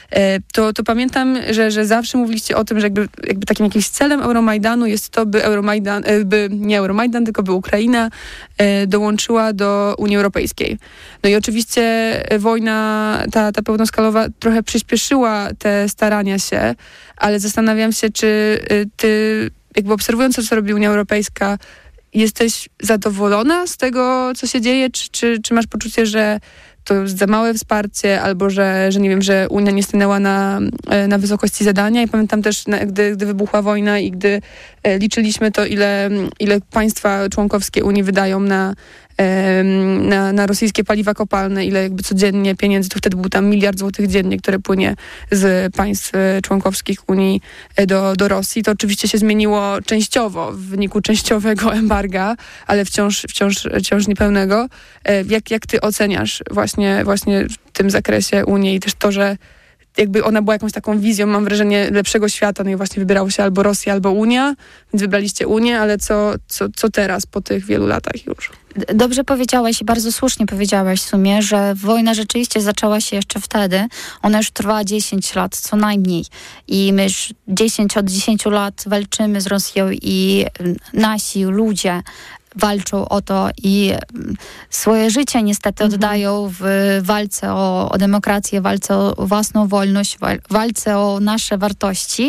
to, to pamiętam, że, że zawsze mówiliście o tym, że jakby, jakby takim jakimś celem Euromajdanu jest to, by Euromajdan, by nie Euromajdan, tylko by Ukraina dołączyła do Unii Europejskiej. No i oczywiście wojna, ta, ta pełnoskalowa trochę przyspieszyła te starania się, ale zastanawiam się, czy ty, jakby obserwując to, co robi Unia Europejska, jesteś zadowolona z tego, co się dzieje, czy, czy, czy masz poczucie, że to jest za małe wsparcie, albo że, że nie wiem, że Unia nie stanęła na, na wysokości zadania. I pamiętam też, na, gdy, gdy wybuchła wojna i gdy e, liczyliśmy to, ile, ile państwa członkowskie Unii wydają na, e, na, na rosyjskie paliwa kopalne, ile jakby codziennie pieniędzy, to wtedy był tam miliard złotych dziennie, które płynie z państw członkowskich Unii do, do Rosji. To oczywiście się zmieniło częściowo, w wyniku częściowego embarga, ale wciąż, wciąż, wciąż niepełnego. E, jak, jak ty oceniasz właśnie Właśnie, właśnie w tym zakresie Unii i też to, że jakby ona była jakąś taką wizją, mam wrażenie, lepszego świata, no i właśnie wybrało się albo Rosja, albo Unia, więc wybraliście Unię, ale co, co, co teraz po tych wielu latach już? Dobrze powiedziałaś i bardzo słusznie powiedziałaś w sumie, że wojna rzeczywiście zaczęła się jeszcze wtedy. Ona już trwała dziesięć lat, co najmniej. I my już dziesięć od dziesięciu lat walczymy z Rosją i nasi ludzie walczą o to i swoje życie niestety mhm. oddają w walce o, o demokrację, walce o własną wolność, walce o nasze wartości.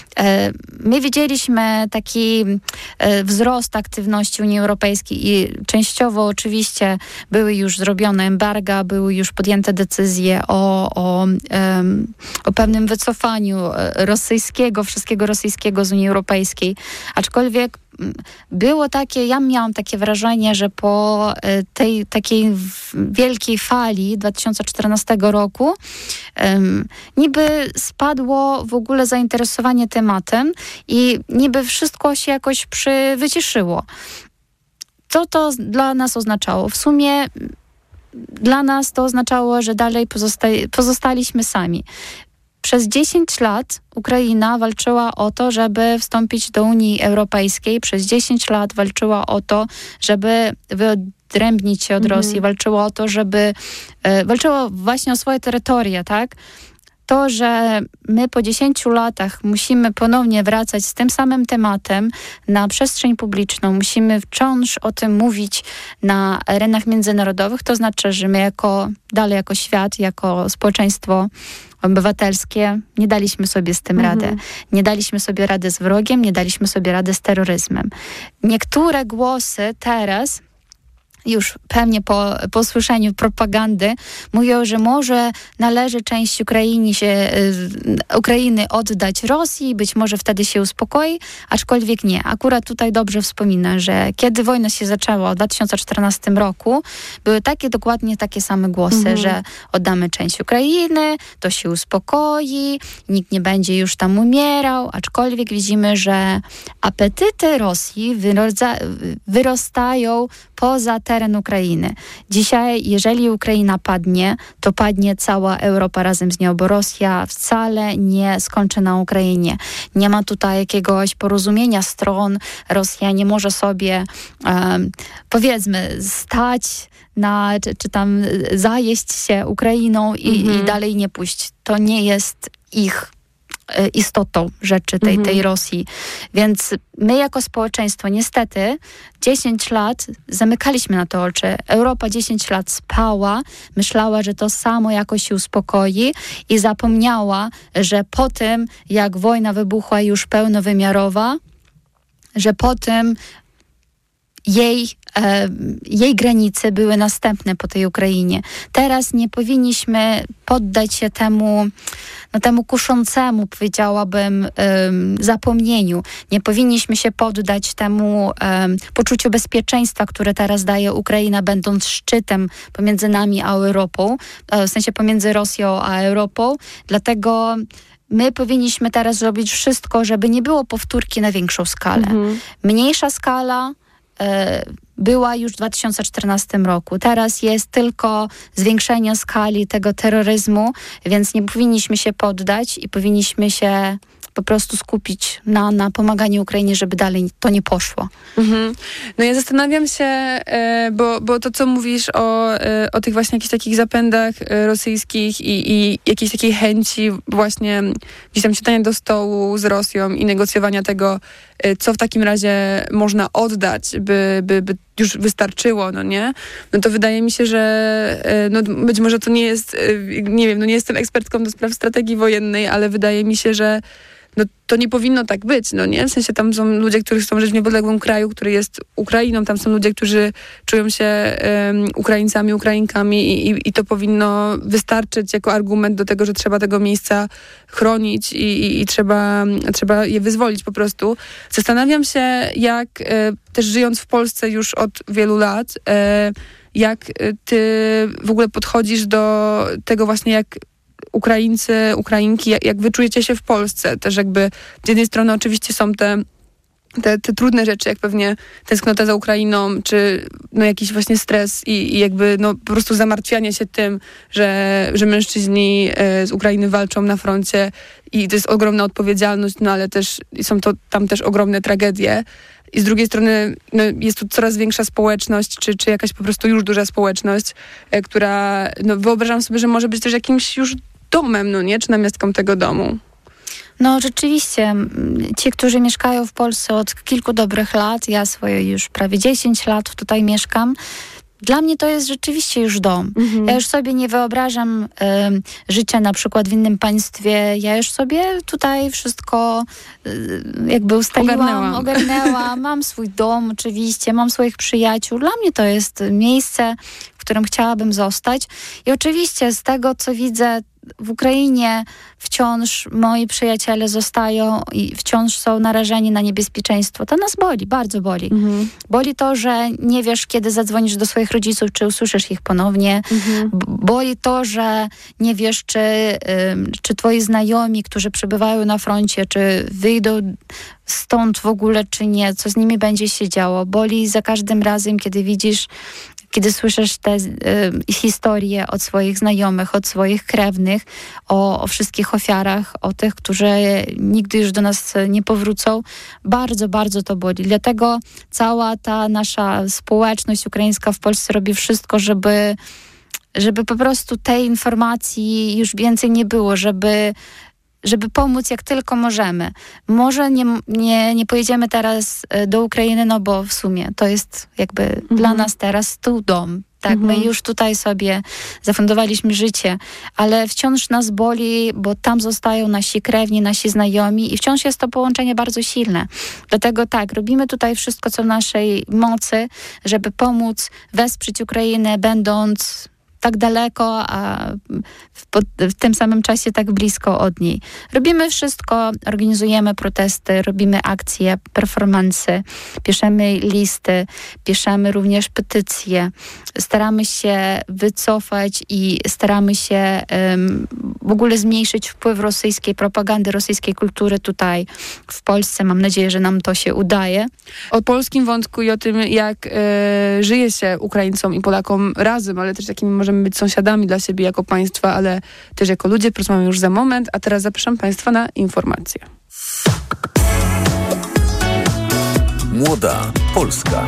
My widzieliśmy taki wzrost aktywności Unii Europejskiej i częściowo oczywiście były już zrobione embarga, były już podjęte decyzje o, o, o pewnym wycofaniu rosyjskiego, wszystkiego rosyjskiego z Unii Europejskiej. Aczkolwiek było takie, ja miałam takie wrażenie, że po tej takiej wielkiej fali dwa tysiące czternastego roku um, niby spadło w ogóle zainteresowanie tematem i niby wszystko się jakoś przy, wyciszyło. Co to dla nas oznaczało? W sumie dla nas to oznaczało, że dalej pozosta- pozostaliśmy sami. Przez dziesięć lat Ukraina walczyła o to, żeby wstąpić do Unii Europejskiej. Przez dziesięć lat walczyła o to, żeby wyodrębnić się od mhm. Rosji. Walczyła o to, żeby... E, walczyła właśnie o swoje terytoria, tak? To, że my po dziesięciu latach musimy ponownie wracać z tym samym tematem na przestrzeń publiczną, musimy wciąż o tym mówić na arenach międzynarodowych, to znaczy, że my jako dalej jako świat, jako społeczeństwo obywatelskie nie daliśmy sobie z tym mhm. rady. Nie daliśmy sobie rady z wrogiem, nie daliśmy sobie rady z terroryzmem. Niektóre głosy teraz już pewnie po, po słyszeniu propagandy mówią, że może należy część Ukrainy, się, Ukrainy oddać Rosji, być może wtedy się uspokoi, aczkolwiek nie. Akurat tutaj dobrze wspominam, że kiedy wojna się zaczęła w dwa tysiące czternastym roku, były takie dokładnie takie same głosy, mhm. że oddamy część Ukrainy, to się uspokoi, nikt nie będzie już tam umierał, aczkolwiek widzimy, że apetyty Rosji wyrodza, wyrastają poza teren Ukrainy. Dzisiaj, jeżeli Ukraina padnie, to padnie cała Europa razem z nią, bo Rosja wcale nie skończy na Ukrainie. Nie ma tutaj jakiegoś porozumienia stron. Rosja nie może sobie, um, powiedzmy, stać na, czy, czy tam zajeść się Ukrainą i, mhm. i dalej nie pójść. To nie jest ich istotą rzeczy tej, tej Rosji. Więc my jako społeczeństwo niestety dziesięć lat zamykaliśmy na to oczy. Europa dziesięć lat spała, myślała, że to samo jakoś się uspokoi i zapomniała, że po tym, jak wojna wybuchła już pełnowymiarowa, że po tym jej, e, jej granice były następne po tej Ukrainie. Teraz nie powinniśmy poddać się temu, no, temu kuszącemu, powiedziałabym, um, zapomnieniu. Nie powinniśmy się poddać temu um, poczuciu bezpieczeństwa, które teraz daje Ukraina, będąc szczytem pomiędzy nami a Europą, w sensie pomiędzy Rosją a Europą. Dlatego my powinniśmy teraz zrobić wszystko, żeby nie było powtórki na większą skalę. Mhm. Mniejsza skala była już w dwa tysiące czternastym roku. Teraz jest tylko zwiększenie skali tego terroryzmu, więc nie powinniśmy się poddać i powinniśmy się po prostu skupić na, na pomaganiu Ukrainie, żeby dalej to nie poszło. Mhm. No ja zastanawiam się, e, bo, bo to, co mówisz o, e, o tych właśnie jakichś takich zapędach e, rosyjskich i, i jakiejś takiej chęci właśnie gdzieś tam siadania do stołu z Rosją i negocjowania tego, e, co w takim razie można oddać, by, by, by już wystarczyło, no nie? No to wydaje mi się, że e, no być może to nie jest, e, nie wiem, no nie jestem ekspertką do spraw strategii wojennej, ale wydaje mi się, że no to nie powinno tak być, no nie? W sensie tam są ludzie, którzy chcą żyć w niepodległym kraju, który jest Ukrainą, tam są ludzie, którzy czują się um, Ukraińcami, Ukrainkami i, i, i to powinno wystarczyć jako argument do tego, że trzeba tego miejsca chronić i, i, i trzeba, trzeba je wyzwolić po prostu. Zastanawiam się, jak e, też żyjąc w Polsce już od wielu lat, e, jak ty w ogóle podchodzisz do tego właśnie, jak Ukraińcy, Ukrainki, jak, jak wy czujecie się w Polsce. Też jakby z jednej strony oczywiście są te, te, te trudne rzeczy, jak pewnie tęsknota za Ukrainą, czy no jakiś właśnie stres i, i jakby no po prostu zamartwianie się tym, że, że mężczyźni e, z Ukrainy walczą na froncie i to jest ogromna odpowiedzialność, no ale też są to tam też ogromne tragedie. I z drugiej strony no, jest tu coraz większa społeczność, czy, czy jakaś po prostu już duża społeczność, e, która, no wyobrażam sobie, że może być też jakimś już domem, no nie? Czy namiastką tego domu. No rzeczywiście, ci, którzy mieszkają w Polsce od kilku dobrych lat, ja swoje już prawie dziesięć lat tutaj mieszkam, dla mnie to jest rzeczywiście już dom. Mhm. Ja już sobie nie wyobrażam y, życia na przykład w innym państwie. Ja już sobie tutaj wszystko y, jakby ustaliłam, ogarnęłam. ogarnęłam. Mam swój dom oczywiście, mam swoich przyjaciół. Dla mnie to jest miejsce, w którym chciałabym zostać. I oczywiście z tego, co widzę w Ukrainie, wciąż moi przyjaciele zostają i wciąż są narażeni na niebezpieczeństwo. To nas boli, bardzo boli. Mhm. Boli to, że nie wiesz, kiedy zadzwonisz do swoich rodziców, czy usłyszysz ich ponownie. Mhm. Boli to, że nie wiesz, czy, czy twoi znajomi, którzy przebywają na froncie, czy wyjdą stąd w ogóle, czy nie, co z nimi będzie się działo. Boli za każdym razem, kiedy widzisz, kiedy słyszysz te y, historie od swoich znajomych, od swoich krewnych, o, o wszystkich ofiarach, o tych, którzy nigdy już do nas nie powrócą. Bardzo, bardzo to boli. Dlatego cała ta nasza społeczność ukraińska w Polsce robi wszystko, żeby, żeby po prostu tej informacji już więcej nie było, żeby żeby pomóc jak tylko możemy. Może nie, nie, nie pojedziemy teraz do Ukrainy, no bo w sumie to jest jakby mhm. dla nas teraz tu dom. Tak, mhm. my już tutaj sobie zafundowaliśmy życie, ale wciąż nas boli, bo tam zostają nasi krewni, nasi znajomi i wciąż jest to połączenie bardzo silne. Dlatego tak, robimy tutaj wszystko, co w naszej mocy, żeby pomóc, wesprzeć Ukrainę, będąc tak daleko, a w, w tym samym czasie tak blisko od niej. Robimy wszystko, organizujemy protesty, robimy akcje, performanse, piszemy listy, piszemy również petycje. Staramy się wycofać i staramy się um, w ogóle zmniejszyć wpływ rosyjskiej propagandy, rosyjskiej kultury tutaj w Polsce. Mam nadzieję, że nam to się udaje. O polskim wątku i o tym, jak e, żyje się Ukraińcom i Polakom razem, ale też jakimi możemy być sąsiadami dla siebie jako państwa, ale też jako ludzie, porozmawiamy już za moment, a teraz zapraszam Państwa na informacje. Młoda Polska.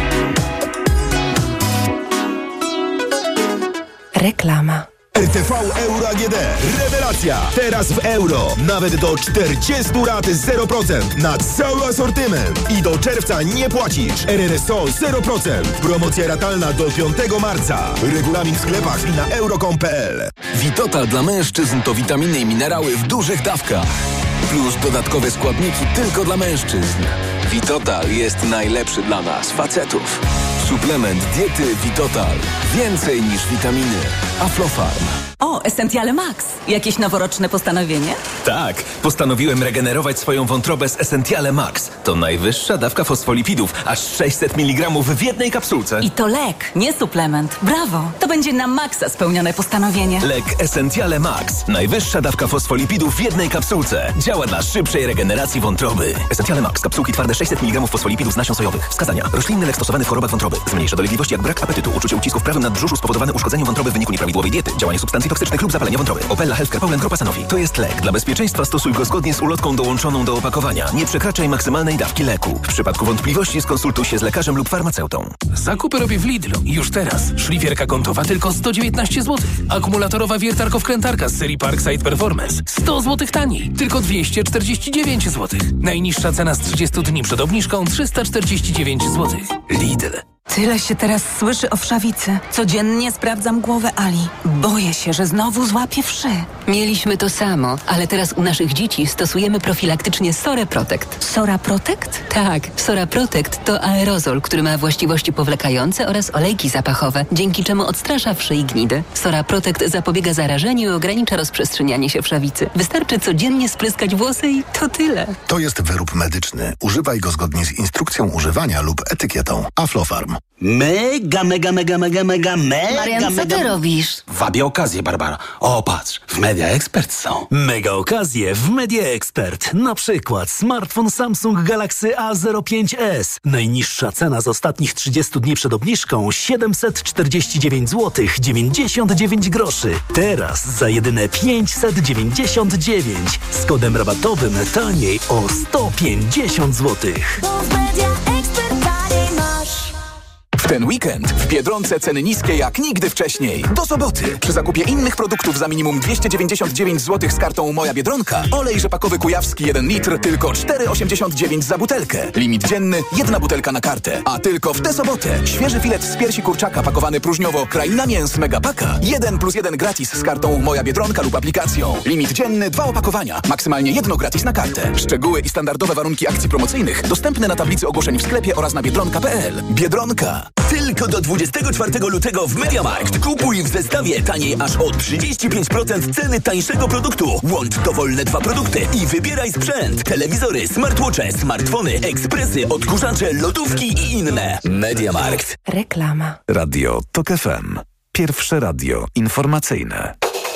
Reklama. R T V Euro A G D. Rewelacja! Teraz w euro. Nawet do czterdzieści rat zero procent na cały asortyment. I do czerwca nie płacisz. R R S O zero procent. Promocja ratalna do piątego marca. Regulamin w sklepach i na euro kropka com kropka p l. Vitotal dla mężczyzn to witaminy i minerały w dużych dawkach. Plus dodatkowe składniki tylko dla mężczyzn. Vitotal jest najlepszy dla nas, facetów. Suplement diety Vitotal. Więcej niż witaminy. Aflofarm. O, Essentiale Max. Jakieś noworoczne postanowienie? Tak, postanowiłem regenerować swoją wątrobę z Essentiale Max. To najwyższa dawka fosfolipidów, aż sześćset miligramów w jednej kapsułce. I to lek, nie suplement. Brawo! To będzie na maksa spełnione postanowienie. Lek Essentiale Max. Najwyższa dawka fosfolipidów w jednej kapsułce. Działa dla szybszej regeneracji wątroby. Essentiale Max. Kapsułki twarde sześćset miligramów fosfolipidów z nasion sojowych. Wskazania. Roślinny lek stosowany w chorobach wątroby. Zmniejsza dolegliwości jak brak apetytu, uczucie ucisku w prawym nadbrzuszu spowodowane uszkodzeniem wątroby w wyniku nieprawidłowej diety, działanie substancji toksycznych lub zapalenia wątroby. Opella Healthcare Poland Grupa Sanofi. To jest lek. Dla bezpieczeństwa stosuj go zgodnie z ulotką dołączoną do opakowania. Nie przekraczaj maksymalnej dawki leku. W przypadku wątpliwości skonsultuj się z lekarzem lub farmaceutą. Zakupy robię w Lidlu. Już teraz. Szlifierka kątowa tylko sto dziewiętnaście złotych. Akumulatorowa wiertarko-wkrętarka z serii Parkside Performance sto złotych taniej. Tylko dwieście czterdzieści dziewięć złotych. Najniższa cena z trzydziestu dni przed obniżką trzysta czterdzieści dziewięć złotych. Lidl. Tyle się teraz słyszy o wszawicy. Codziennie sprawdzam głowę Ali. Boję się, że znowu złapie wszy. Mieliśmy to samo, ale teraz u naszych dzieci stosujemy profilaktycznie Sora Protect. Sora Protect? Tak, Sora Protect to aerozol, który ma właściwości powlekające oraz olejki zapachowe, dzięki czemu odstrasza wszy i gnidy. Sora Protect zapobiega zarażeniu i ogranicza rozprzestrzenianie się wszawicy. Wystarczy codziennie spryskać włosy i to tyle. To jest wyrób medyczny. Używaj go zgodnie z instrukcją używania lub etykietą. Aflofarm. Mega, mega, mega, mega, mega, mega, Marian, co mega... ty robisz? Wabię okazję, Barbara. O, patrz, w Media Expert są. Mega okazje w Media Expert. Na przykład smartfon Samsung Galaxy A zero pięć S. Najniższa cena z ostatnich trzydziestu dni przed obniżką siedemset czterdzieści dziewięć złotych dziewięćdziesiąt dziewięć groszy. Teraz za jedyne pięćset dziewięćdziesiąt dziewięć. Z kodem rabatowym taniej o sto pięćdziesiąt złotych. Bo w Media Expert taniej masz. W ten weekend w Biedronce ceny niskie jak nigdy wcześniej. Do soboty przy zakupie innych produktów za minimum dwieście dziewięćdziesiąt dziewięć złotych z kartą Moja Biedronka olej rzepakowy kujawski jeden litr tylko cztery osiemdziesiąt dziewięć za butelkę. Limit dzienny jedna butelka na kartę. A tylko w tę sobotę świeży filet z piersi kurczaka pakowany próżniowo Kraina Mięs Megapaka jeden plus jeden gratis z kartą Moja Biedronka lub aplikacją. Limit dzienny dwa opakowania. Maksymalnie jedno gratis na kartę. Szczegóły i standardowe warunki akcji promocyjnych dostępne na tablicy ogłoszeń w sklepie oraz na biedronka kropka p l. Biedronka. Tylko do dwudziestego czwartego lutego w MediaMarkt. Kupuj w zestawie taniej aż o trzydzieści pięć procent ceny tańszego produktu. Łącz dowolne dwa produkty i wybieraj sprzęt. Telewizory, smartwatche, smartfony, ekspresy, odkurzacze, lodówki i inne. MediaMarkt. Reklama. Radio TOK F M. Pierwsze radio informacyjne.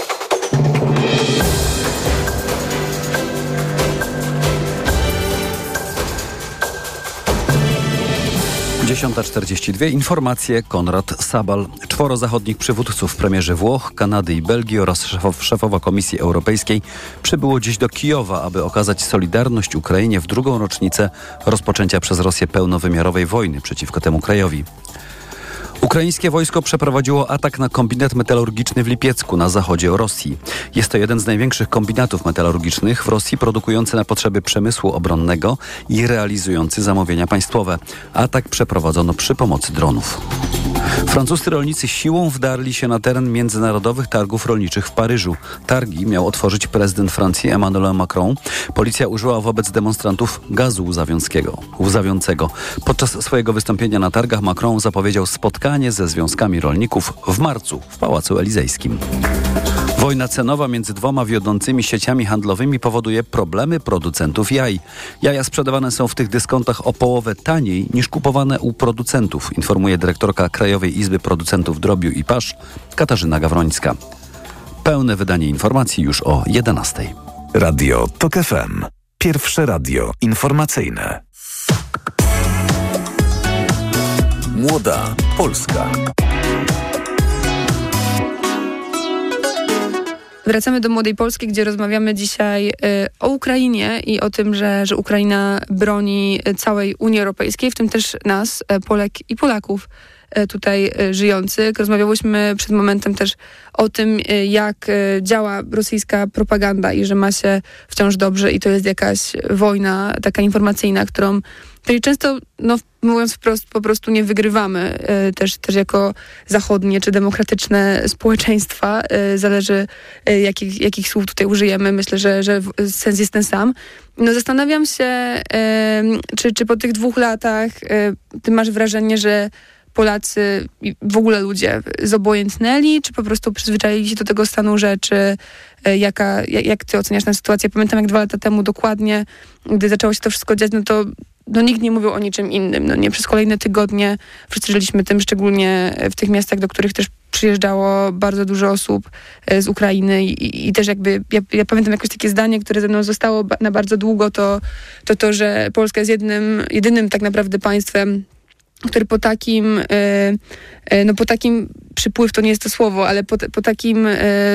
dziesiąta czterdzieści dwa. Informacje Konrad Sabal. Czworo zachodnich przywódców, premierzy Włoch, Kanady i Belgii oraz szefow, szefowa Komisji Europejskiej przybyło dziś do Kijowa, aby okazać solidarność Ukrainie w drugą rocznicę rozpoczęcia przez Rosję pełnowymiarowej wojny przeciwko temu krajowi. Ukraińskie wojsko przeprowadziło atak na kombinat metalurgiczny w Lipiecku na zachodzie Rosji. Jest to jeden z największych kombinatów metalurgicznych w Rosji, produkujący na potrzeby przemysłu obronnego i realizujący zamówienia państwowe. Atak przeprowadzono przy pomocy dronów. Francuscy rolnicy siłą wdarli się na teren międzynarodowych targów rolniczych w Paryżu. Targi miał otworzyć prezydent Francji Emmanuel Macron. Policja użyła wobec demonstrantów gazu łzawiącego. łzawiącego. Podczas swojego wystąpienia na targach Macron zapowiedział spotkanie ze związkami rolników w marcu w Pałacu Elizejskim. Wojna cenowa między dwoma wiodącymi sieciami handlowymi powoduje problemy producentów jaj. Jaja sprzedawane są w tych dyskontach o połowę taniej niż kupowane u producentów, informuje dyrektorka Krajowej Izby Producentów Drobiu i Pasz Katarzyna Gawrońska. Pełne wydanie informacji już o jedenastej. Radio TOK F M. Pierwsze radio informacyjne. Młoda Polska. Wracamy do Młodej Polski, gdzie rozmawiamy dzisiaj y, o Ukrainie i o tym, że, że Ukraina broni całej Unii Europejskiej, w tym też nas, y, Polek i Polaków y, tutaj y, żyjących. Rozmawiałyśmy przed momentem też o tym, y, jak y, działa rosyjska propaganda i że ma się wciąż dobrze i to jest jakaś wojna taka informacyjna, którą której często, no, mówiąc wprost, po prostu nie wygrywamy y, też, też jako zachodnie czy demokratyczne społeczeństwa. Y, zależy, y, jakich, jakich słów tutaj użyjemy. Myślę, że, że sens jest ten sam. No, zastanawiam się, y, czy, czy po tych dwóch latach y, ty masz wrażenie, że Polacy i w ogóle ludzie zobojętnęli, czy po prostu przyzwyczaili się do tego stanu rzeczy? Jaka, jak, jak ty oceniasz tę sytuację? Pamiętam, jak dwa lata temu dokładnie, gdy zaczęło się to wszystko dziać, no to no nikt nie mówił o niczym innym. No nie, przez kolejne tygodnie wszyscy żyliśmy tym, szczególnie w tych miastach, do których też przyjeżdżało bardzo dużo osób z Ukrainy i, i też jakby, ja, ja pamiętam jakoś takie zdanie, które ze mną zostało na bardzo długo, to to, to że Polska jest jednym, jedynym tak naprawdę państwem, który po takim, no po takim przypływ, to nie jest to słowo, ale po, po takim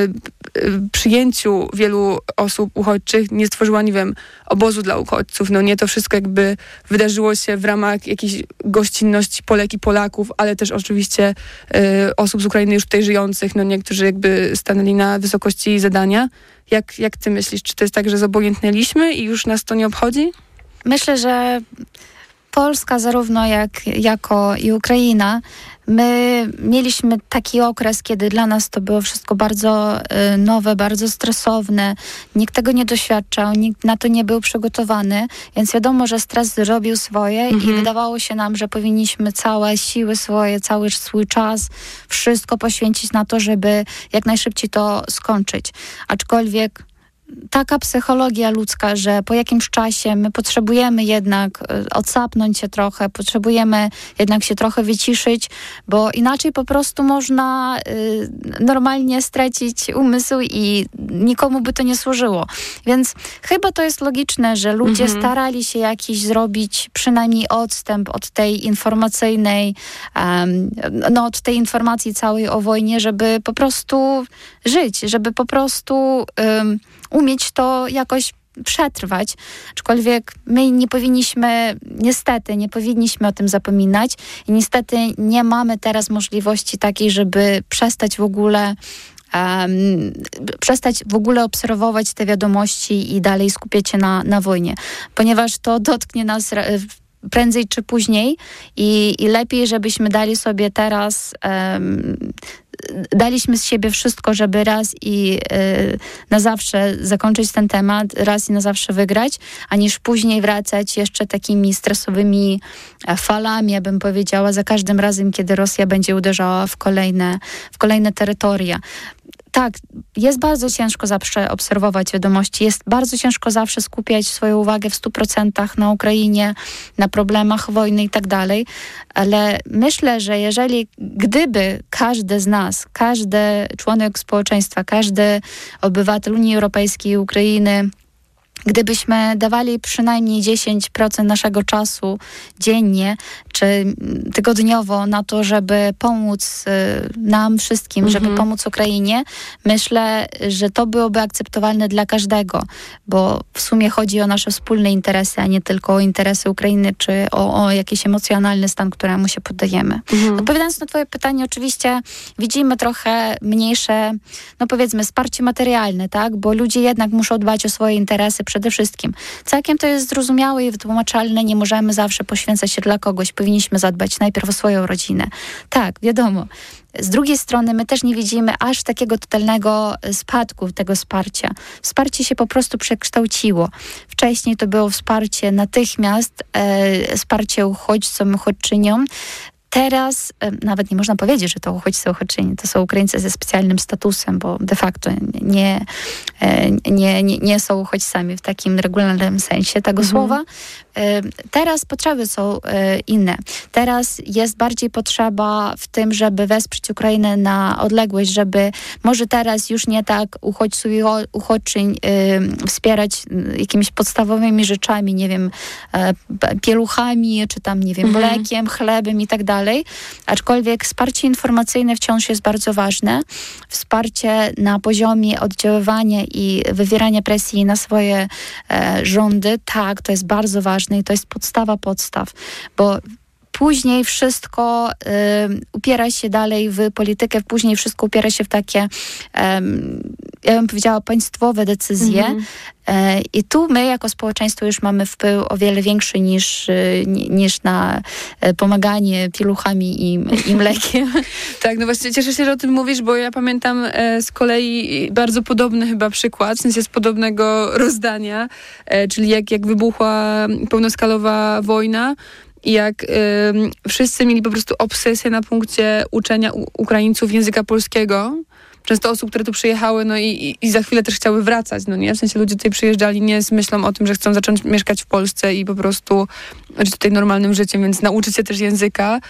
przyjęciu wielu osób uchodźczych nie stworzyła, nie wiem, obozu dla uchodźców. No nie, to wszystko jakby wydarzyło się w ramach jakiejś gościnności Polek i Polaków, ale też oczywiście osób z Ukrainy już tutaj żyjących, no niektórzy jakby stanęli na wysokości zadania. Jak, jak ty myślisz, czy to jest tak, że zobojętnieliśmy i już nas to nie obchodzi? Myślę, że Polska zarówno jak jako i Ukraina, my mieliśmy taki okres, kiedy dla nas to było wszystko bardzo y, nowe, bardzo stresowne. Nikt tego nie doświadczał, nikt na to nie był przygotowany, więc wiadomo, że stres zrobił swoje mhm. i wydawało się nam, że powinniśmy całe siły swoje, cały swój czas, wszystko poświęcić na to, żeby jak najszybciej to skończyć. Aczkolwiek taka psychologia ludzka, że po jakimś czasie my potrzebujemy jednak odsapnąć się trochę, potrzebujemy jednak się trochę wyciszyć, bo inaczej po prostu można y, normalnie stracić umysł i nikomu by to nie służyło. Więc chyba to jest logiczne, że ludzie mhm. starali się jakiś zrobić przynajmniej odstęp od tej informacyjnej, um, no od tej informacji całej o wojnie, żeby po prostu żyć, żeby po prostu um, umieć to jakoś przetrwać, aczkolwiek my nie powinniśmy, niestety, nie powinniśmy o tym zapominać i niestety nie mamy teraz możliwości takiej, żeby przestać w ogóle Um, przestać w ogóle obserwować te wiadomości i dalej skupiać się na, na wojnie, ponieważ to dotknie nas prędzej czy później i, i lepiej, żebyśmy dali sobie teraz um, daliśmy z siebie wszystko, żeby raz i y, na zawsze zakończyć ten temat, raz i na zawsze wygrać, a niż później wracać jeszcze takimi stresowymi falami, ja bym powiedziała, za każdym razem, kiedy Rosja będzie uderzała w kolejne, w kolejne terytoria. Tak, jest bardzo ciężko zawsze obserwować wiadomości, jest bardzo ciężko zawsze skupiać swoją uwagę w stu procentach na Ukrainie, na problemach wojny i tak dalej, ale myślę, że jeżeli, gdyby każdy z nas, każdy członek społeczeństwa, każdy obywatel Unii Europejskiej i Ukrainy, gdybyśmy dawali przynajmniej dziesięć procent naszego czasu dziennie czy tygodniowo na to, żeby pomóc nam wszystkim, mhm. żeby pomóc Ukrainie, myślę, że to byłoby akceptowalne dla każdego, bo w sumie chodzi o nasze wspólne interesy, a nie tylko o interesy Ukrainy, czy o, o jakiś emocjonalny stan, któremu się poddajemy. Mhm. Odpowiadając na twoje pytanie, oczywiście widzimy trochę mniejsze, no powiedzmy, wsparcie materialne, tak, bo ludzie jednak muszą dbać o swoje interesy przede wszystkim. Całkiem to jest zrozumiałe i wytłumaczalne, nie możemy zawsze poświęcać się dla kogoś, powinniśmy zadbać najpierw o swoją rodzinę. Tak, wiadomo. Z drugiej strony my też nie widzimy aż takiego totalnego spadku tego wsparcia. Wsparcie się po prostu przekształciło. Wcześniej to było wsparcie natychmiast, e, wsparcie uchodźcom, uchodźczyniom. Teraz nawet nie można powiedzieć, że to uchodźcy, uchodźczyni. To są Ukraińcy ze specjalnym statusem, bo de facto nie, nie, nie, nie są uchodźcami w takim regularnym sensie tego mhm. słowa. Teraz potrzeby są inne. Teraz jest bardziej potrzeba w tym, żeby wesprzeć Ukrainę na odległość, żeby może teraz już nie tak uchodźców i uchodźczyń wspierać jakimiś podstawowymi rzeczami, nie wiem, pieluchami, czy tam, nie wiem, mhm. mlekiem, chlebem i tak dalej. Aczkolwiek wsparcie informacyjne wciąż jest bardzo ważne. Wsparcie na poziomie oddziaływania i wywierania presji na swoje e, rządy, tak, to jest bardzo ważne i to jest podstawa podstaw, bo później wszystko y, upiera się dalej w politykę, później wszystko upiera się w takie, um, ja bym powiedziała, państwowe decyzje. Mm-hmm. E, I tu my jako społeczeństwo już mamy wpływ o wiele większy niż, y, niż na y, pomaganie pieluchami i, i mlekiem. Tak, no właśnie cieszę się, że o tym mówisz, bo ja pamiętam e, z kolei bardzo podobny chyba przykład, w sensie z podobnego rozdania, e, czyli jak, jak wybuchła pełnoskalowa wojna, i jak y, wszyscy mieli po prostu obsesję na punkcie uczenia u, Ukraińców języka polskiego. Często osób, które tu przyjechały, no i, i, i za chwilę też chciały wracać, no nie? W sensie ludzie tutaj przyjeżdżali nie z myślą o tym, że chcą zacząć mieszkać w Polsce i po prostu żyć tutaj normalnym życiem, więc nauczyć się też języka.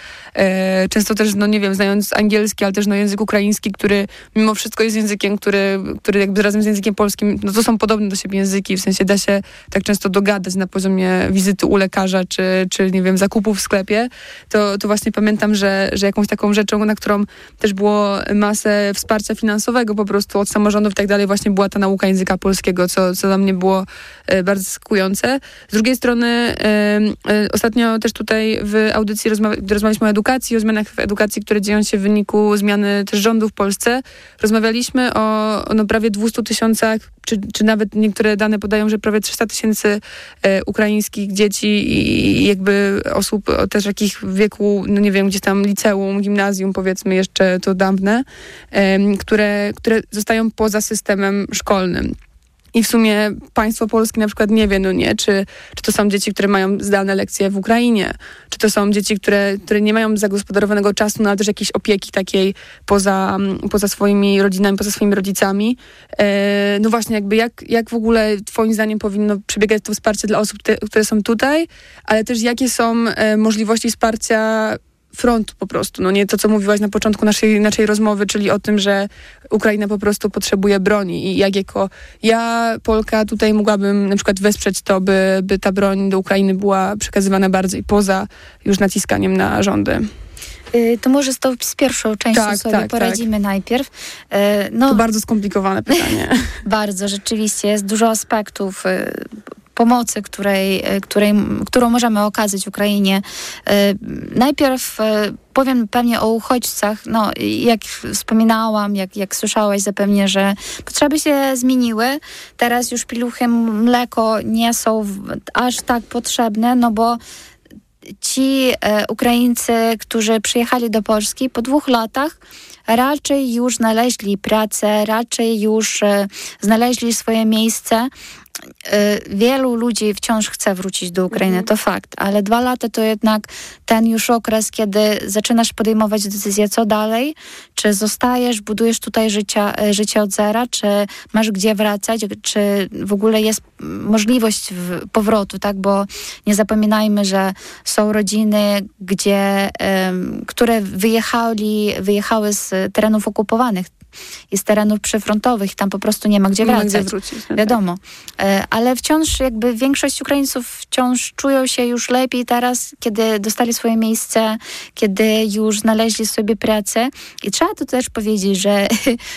E, często też, no nie wiem, znając angielski, ale też no język ukraiński, który mimo wszystko jest językiem, który, który jakby razem z językiem polskim, no to są podobne do siebie języki, w sensie da się tak często dogadać na poziomie wizyty u lekarza, czy, czy nie wiem, zakupów w sklepie. To, to właśnie pamiętam, że, że jakąś taką rzeczą, na którą też było masę wsparcia finansowego po prostu od samorządów i tak dalej, właśnie była ta nauka języka polskiego, co, co dla mnie było e, bardzo zaskakujące. Z drugiej strony e, e, ostatnio też tutaj w audycji rozmawia, gdy rozmawialiśmy o edukacji, o zmianach w edukacji, które dzieją się w wyniku zmiany też rządu w Polsce, rozmawialiśmy o, o no prawie dwustu tysiącach, czy, czy nawet niektóre dane podają, że prawie trzysta tysięcy e, ukraińskich dzieci i, i jakby osób o też jakich w wieku, no nie wiem, gdzieś tam liceum, gimnazjum, powiedzmy jeszcze to dawne, e, które, które zostają poza systemem szkolnym. I w sumie państwo polskie na przykład nie wie, no nie, czy, czy to są dzieci, które mają zdalne lekcje w Ukrainie, czy to są dzieci, które, które nie mają zagospodarowanego czasu, no ale też jakiejś opieki takiej poza, poza swoimi rodzinami, poza swoimi rodzicami. E, no właśnie, jakby jak, jak w ogóle twoim zdaniem powinno przebiegać to wsparcie dla osób, te, które są tutaj, ale też jakie są e, możliwości wsparcia frontu po prostu, no nie to, co mówiłaś na początku naszej, naszej rozmowy, czyli o tym, że Ukraina po prostu potrzebuje broni i jak jako ja, Polka, tutaj mogłabym na przykład wesprzeć to, by, by ta broń do Ukrainy była przekazywana bardziej poza już naciskaniem na rządy. To może z, tą, z pierwszą częścią tak, sobie tak, poradzimy tak. najpierw. No, to bardzo skomplikowane pytanie. Bardzo, rzeczywiście. Jest dużo aspektów pomocy, której, której, którą możemy okazać Ukrainie. Najpierw powiem pewnie o uchodźcach. No, jak wspominałam, jak, jak słyszałaś zapewne, że potrzeby się zmieniły. Teraz już pieluchy, mleko nie są aż tak potrzebne, no bo ci e, Ukraińcy, którzy przyjechali do Polski po dwóch latach, raczej już znaleźli pracę, raczej już e, znaleźli swoje miejsce. Wielu ludzi wciąż chce wrócić do Ukrainy, mhm. to fakt, ale dwa lata to jednak ten już okres, kiedy zaczynasz podejmować decyzję, co dalej, czy zostajesz, budujesz tutaj życia, życie od zera, czy masz gdzie wracać, czy w ogóle jest możliwość powrotu, tak, bo nie zapominajmy, że są rodziny, gdzie, um, które wyjechali, wyjechały z terenów okupowanych i z terenów przyfrontowych i tam po prostu nie ma gdzie wracać. Nie ma gdzie wrócić, no wiadomo. Tak. Ale wciąż jakby większość Ukraińców wciąż czują się już lepiej teraz, kiedy dostali swoje miejsce, kiedy już znaleźli sobie pracę. I trzeba tu też powiedzieć, że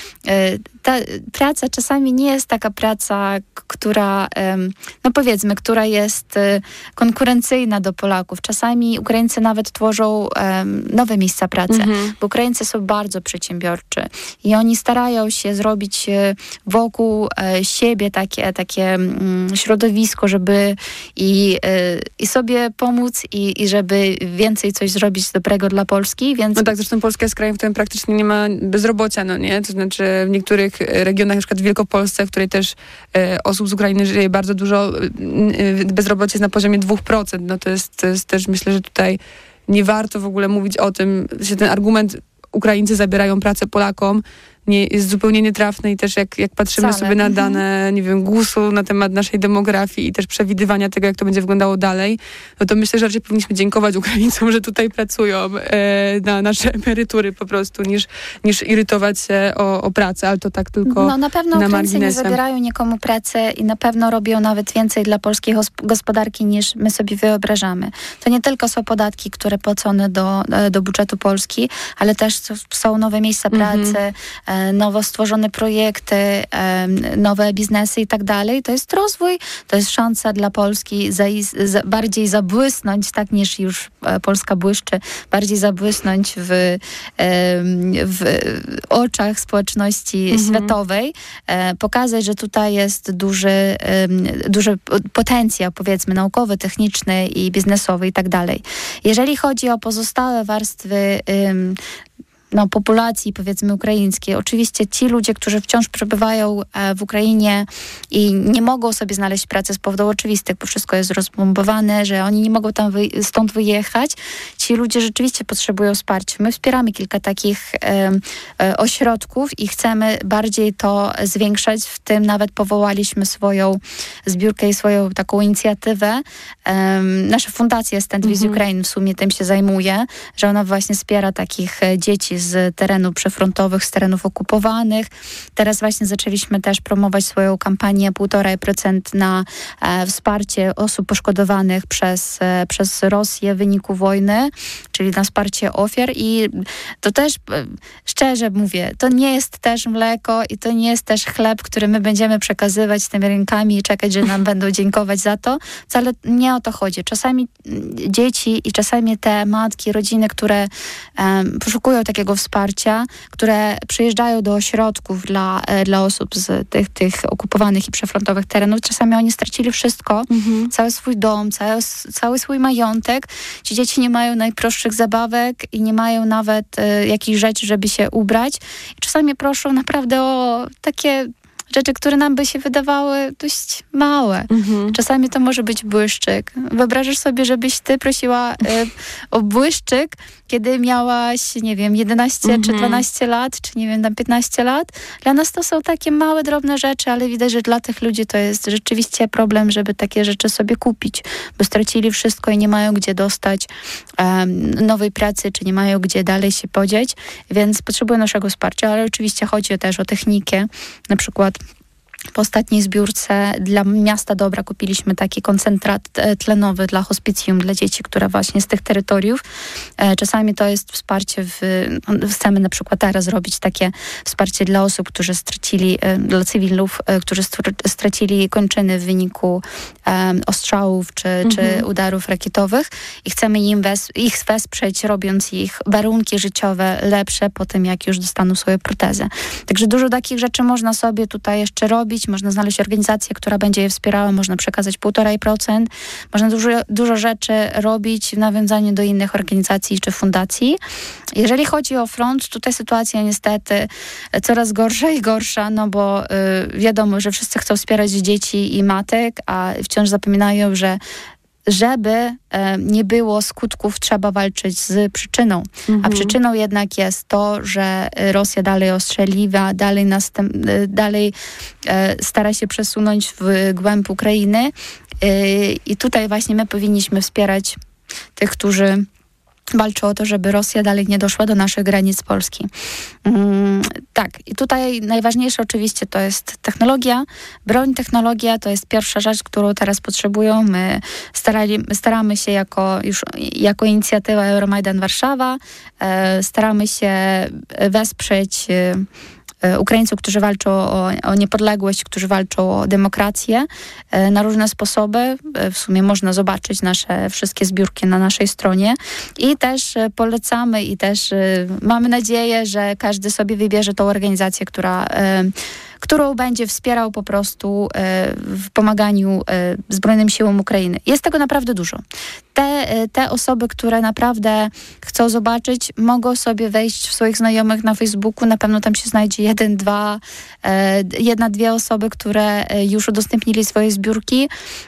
ta praca czasami nie jest taka praca, która, no powiedzmy, która jest konkurencyjna do Polaków. Czasami Ukraińcy nawet tworzą nowe miejsca pracy, mhm. bo Ukraińcy są bardzo przedsiębiorczy i oni starają się zrobić wokół siebie takie, takie środowisko, żeby i, i sobie pomóc i, i żeby więcej coś zrobić dobrego dla Polski. Więc... No tak, zresztą Polska jest krajem, w którym praktycznie nie ma bezrobocia, no nie? To znaczy w niektórych regionach, na przykład w Wielkopolsce, w której też e, osób z Ukrainy żyje bardzo dużo, e, bezrobocie jest na poziomie dwa procent. No to jest, to jest też, myślę, że tutaj nie warto w ogóle mówić o tym, że ten argument Ukraińcy zabierają pracę Polakom, nie, jest zupełnie nietrafny i też jak, jak patrzymy Wcale. sobie na dane, nie wiem, głosu na temat naszej demografii i też przewidywania tego, jak to będzie wyglądało dalej, no to myślę, że raczej powinniśmy dziękować Ukraińcom, że tutaj pracują e, na nasze emerytury po prostu, niż, niż irytować się o, o pracę, ale to tak tylko No na pewno na Ukraińcy marginesem. nie zabierają nikomu pracę i na pewno robią nawet więcej dla polskiej gospodarki, niż my sobie wyobrażamy. To nie tylko są podatki, które płacone do, do budżetu Polski, ale też są nowe miejsca pracy, mhm. nowo stworzone projekty, nowe biznesy i tak dalej. To jest rozwój, to jest szansa dla Polski za, za, bardziej zabłysnąć, tak niż już Polska błyszczy, bardziej zabłysnąć w, w oczach społeczności mhm. światowej, pokazać, że tutaj jest duży, duży potencjał, powiedzmy, naukowy, techniczny i biznesowy i tak dalej. Jeżeli chodzi o pozostałe warstwy no, populacji, powiedzmy, ukraińskiej. Oczywiście ci ludzie, którzy wciąż przebywają w Ukrainie i nie mogą sobie znaleźć pracy z powodów oczywistych, bo wszystko jest rozbombowane, że oni nie mogą tam wy- stąd wyjechać. Ci ludzie rzeczywiście potrzebują wsparcia. My wspieramy kilka takich e, e, ośrodków i chcemy bardziej to zwiększać. W tym nawet powołaliśmy swoją zbiórkę i swoją taką inicjatywę. E, nasza fundacja Stand With mhm. Ukraine w sumie tym się zajmuje, że ona właśnie wspiera takich dzieci z terenów przefrontowych, z terenów okupowanych. Teraz właśnie zaczęliśmy też promować swoją kampanię półtora procent na e, wsparcie osób poszkodowanych przez, e, przez Rosję w wyniku wojny, czyli na wsparcie ofiar i to też, e, szczerze mówię, to nie jest też mleko i to nie jest też chleb, który my będziemy przekazywać tymi rękami i czekać, że nam będą dziękować za to. Wcale nie o to chodzi. Czasami dzieci i czasami te matki, rodziny, które e, poszukują takiego wsparcia, które przyjeżdżają do ośrodków dla, dla osób z tych, tych okupowanych i przefrontowych terenów. Czasami oni stracili wszystko, mhm. cały swój dom, cały, cały swój majątek. Ci dzieci nie mają najprostszych zabawek i nie mają nawet e, jakichś rzeczy, żeby się ubrać. I czasami proszą naprawdę o takie rzeczy, które nam by się wydawały dość małe. Mhm. Czasami to może być błyszczyk. Wyobrażasz sobie, żebyś ty prosiła y, o błyszczyk, kiedy miałaś, nie wiem, jedenaście mhm. czy dwanaście lat, czy nie wiem, tam piętnaście lat. Dla nas to są takie małe, drobne rzeczy, ale widać, że dla tych ludzi to jest rzeczywiście problem, żeby takie rzeczy sobie kupić, bo stracili wszystko i nie mają gdzie dostać um, nowej pracy, czy nie mają gdzie dalej się podzieć, więc potrzebują naszego wsparcia, ale oczywiście chodzi też o technikę, na przykład Po ostatniej zbiórce dla Miasta Dobra kupiliśmy taki koncentrat tlenowy dla hospicjum, dla dzieci, które właśnie z tych terytoriów. Czasami to jest wsparcie, w, chcemy na przykład teraz robić takie wsparcie dla osób, którzy stracili, dla cywilów, którzy stracili kończyny w wyniku um, ostrzałów czy, mhm. czy udarów rakietowych i chcemy im wes- ich wesprzeć, robiąc ich warunki życiowe lepsze po tym, jak już dostaną swoje protezy. Także dużo takich rzeczy można sobie tutaj jeszcze robić. Można znaleźć organizację, która będzie je wspierała, można przekazać półtora procent. Można dużo, dużo rzeczy robić w nawiązaniu do innych organizacji czy fundacji. Jeżeli chodzi o front, tutaj sytuacja niestety coraz gorsza i gorsza, no bo y, wiadomo, że wszyscy chcą wspierać dzieci i matek, a wciąż zapominają, że żeby e, nie było skutków, trzeba walczyć z przyczyną. Mhm. A przyczyną jednak jest to, że Rosja dalej ostrzeliwa, dalej, następ, dalej e, stara się przesunąć w głęb Ukrainy. E, I tutaj właśnie my powinniśmy wspierać tych, którzy walczą o to, żeby Rosja dalej nie doszła do naszych granic Polski. Mm, tak, i tutaj najważniejsze oczywiście to jest technologia. Broń, technologia to jest pierwsza rzecz, którą teraz potrzebują. My starali, staramy się jako, już, jako inicjatywa Euromajdan Warszawa, e, staramy się wesprzeć e, Ukraińców, którzy walczą o, o niepodległość, którzy walczą o demokrację na różne sposoby. W sumie można zobaczyć nasze wszystkie zbiórki na naszej stronie i też polecamy i też mamy nadzieję, że każdy sobie wybierze tą organizację, która którą będzie wspierał po prostu e, w pomaganiu e, Zbrojnym Siłom Ukrainy. Jest tego naprawdę dużo. Te, e, te osoby, które naprawdę chcą zobaczyć, mogą sobie wejść w swoich znajomych na Facebooku. Na pewno tam się znajdzie jeden, dwa, e, jedna, dwie osoby, które już udostępnili swoje zbiórki.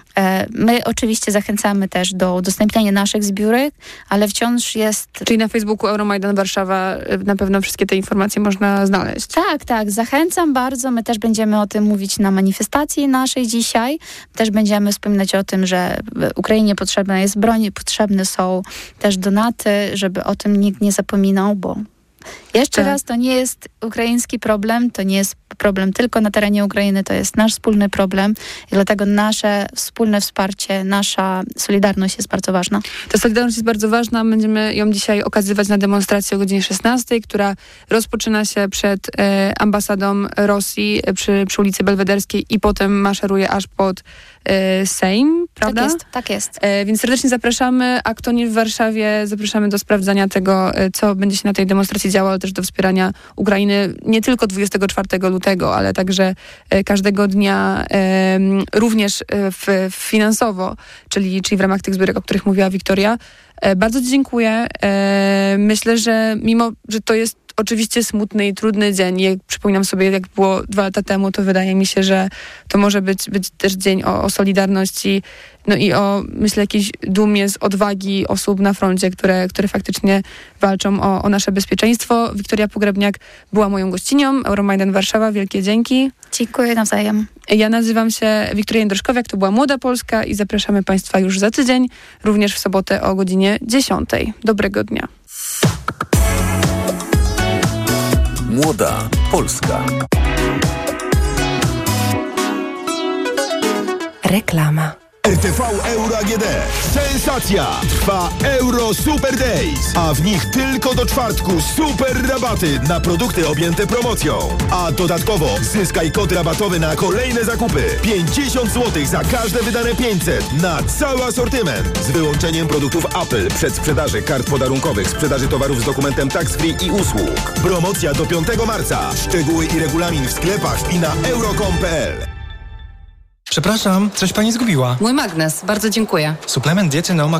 My oczywiście zachęcamy też do udostępniania naszych zbiórek, ale wciąż jest... Czyli na Facebooku Euromajdan Warszawa na pewno wszystkie te informacje można znaleźć. Tak, tak. Zachęcam bardzo. My też będziemy o tym mówić na manifestacji naszej dzisiaj. Też będziemy wspominać o tym, że Ukrainie potrzebna jest broń, potrzebne są też donaty, żeby o tym nikt nie zapominał, bo jeszcze tak. raz, to nie jest ukraiński problem, to nie jest problem tylko na terenie Ukrainy, to jest nasz wspólny problem i dlatego nasze wspólne wsparcie, nasza solidarność jest bardzo ważna. Ta solidarność jest bardzo ważna. Będziemy ją dzisiaj okazywać na demonstracji o godzinie szesnastej, która rozpoczyna się przed e, ambasadą Rosji przy, przy ulicy Belwederskiej i potem maszeruje aż pod e, Sejm, prawda? Tak jest, tak jest. E, więc serdecznie zapraszamy, a kto nie w Warszawie, zapraszamy do sprawdzania tego, e, co będzie się na tej demonstracji działo, ale też do wspierania Ukrainy nie tylko dwudziestego czwartego lutego, ale także e, każdego dnia e, również e, w, finansowo, czyli, czyli w ramach tych zbiórek, o których mówiła Wiktoria. E, bardzo dziękuję. E, myślę, że mimo, że to jest oczywiście smutny i trudny dzień, jak przypominam sobie, jak było dwa lata temu, to wydaje mi się, że to może być, być też dzień o, o solidarności, no i o, myślę, jakiejś dumie z odwagi osób na froncie, które, które faktycznie walczą o, o nasze bezpieczeństwo. Wiktoria Pogrebniak była moją gościnią, Euromajdan Warszawa, wielkie dzięki. Dziękuję nawzajem. Ja nazywam się Wiktoria Jędroszkowiak, to była Młoda Polska i zapraszamy Państwa już za tydzień, również w sobotę o godzinie dziesiątej. Dobrego dnia. Młoda Polska. Reklama. R T V Euro A G D. Sensacja! Trwa Euro Super Days, a w nich tylko do czwartku super rabaty na produkty objęte promocją. A dodatkowo zyskaj kod rabatowy na kolejne zakupy. pięćdziesiąt złotych za każde wydane pięćset na cały asortyment. Z wyłączeniem produktów Apple, przedsprzedaży kart podarunkowych, sprzedaży towarów z dokumentem tax free i usług. Promocja do piątego marca. Szczegóły i regulamin w sklepach i na euro kropka com kropka p l. Przepraszam, coś pani zgubiła. Mój magnes, bardzo dziękuję. Suplement diety Neoma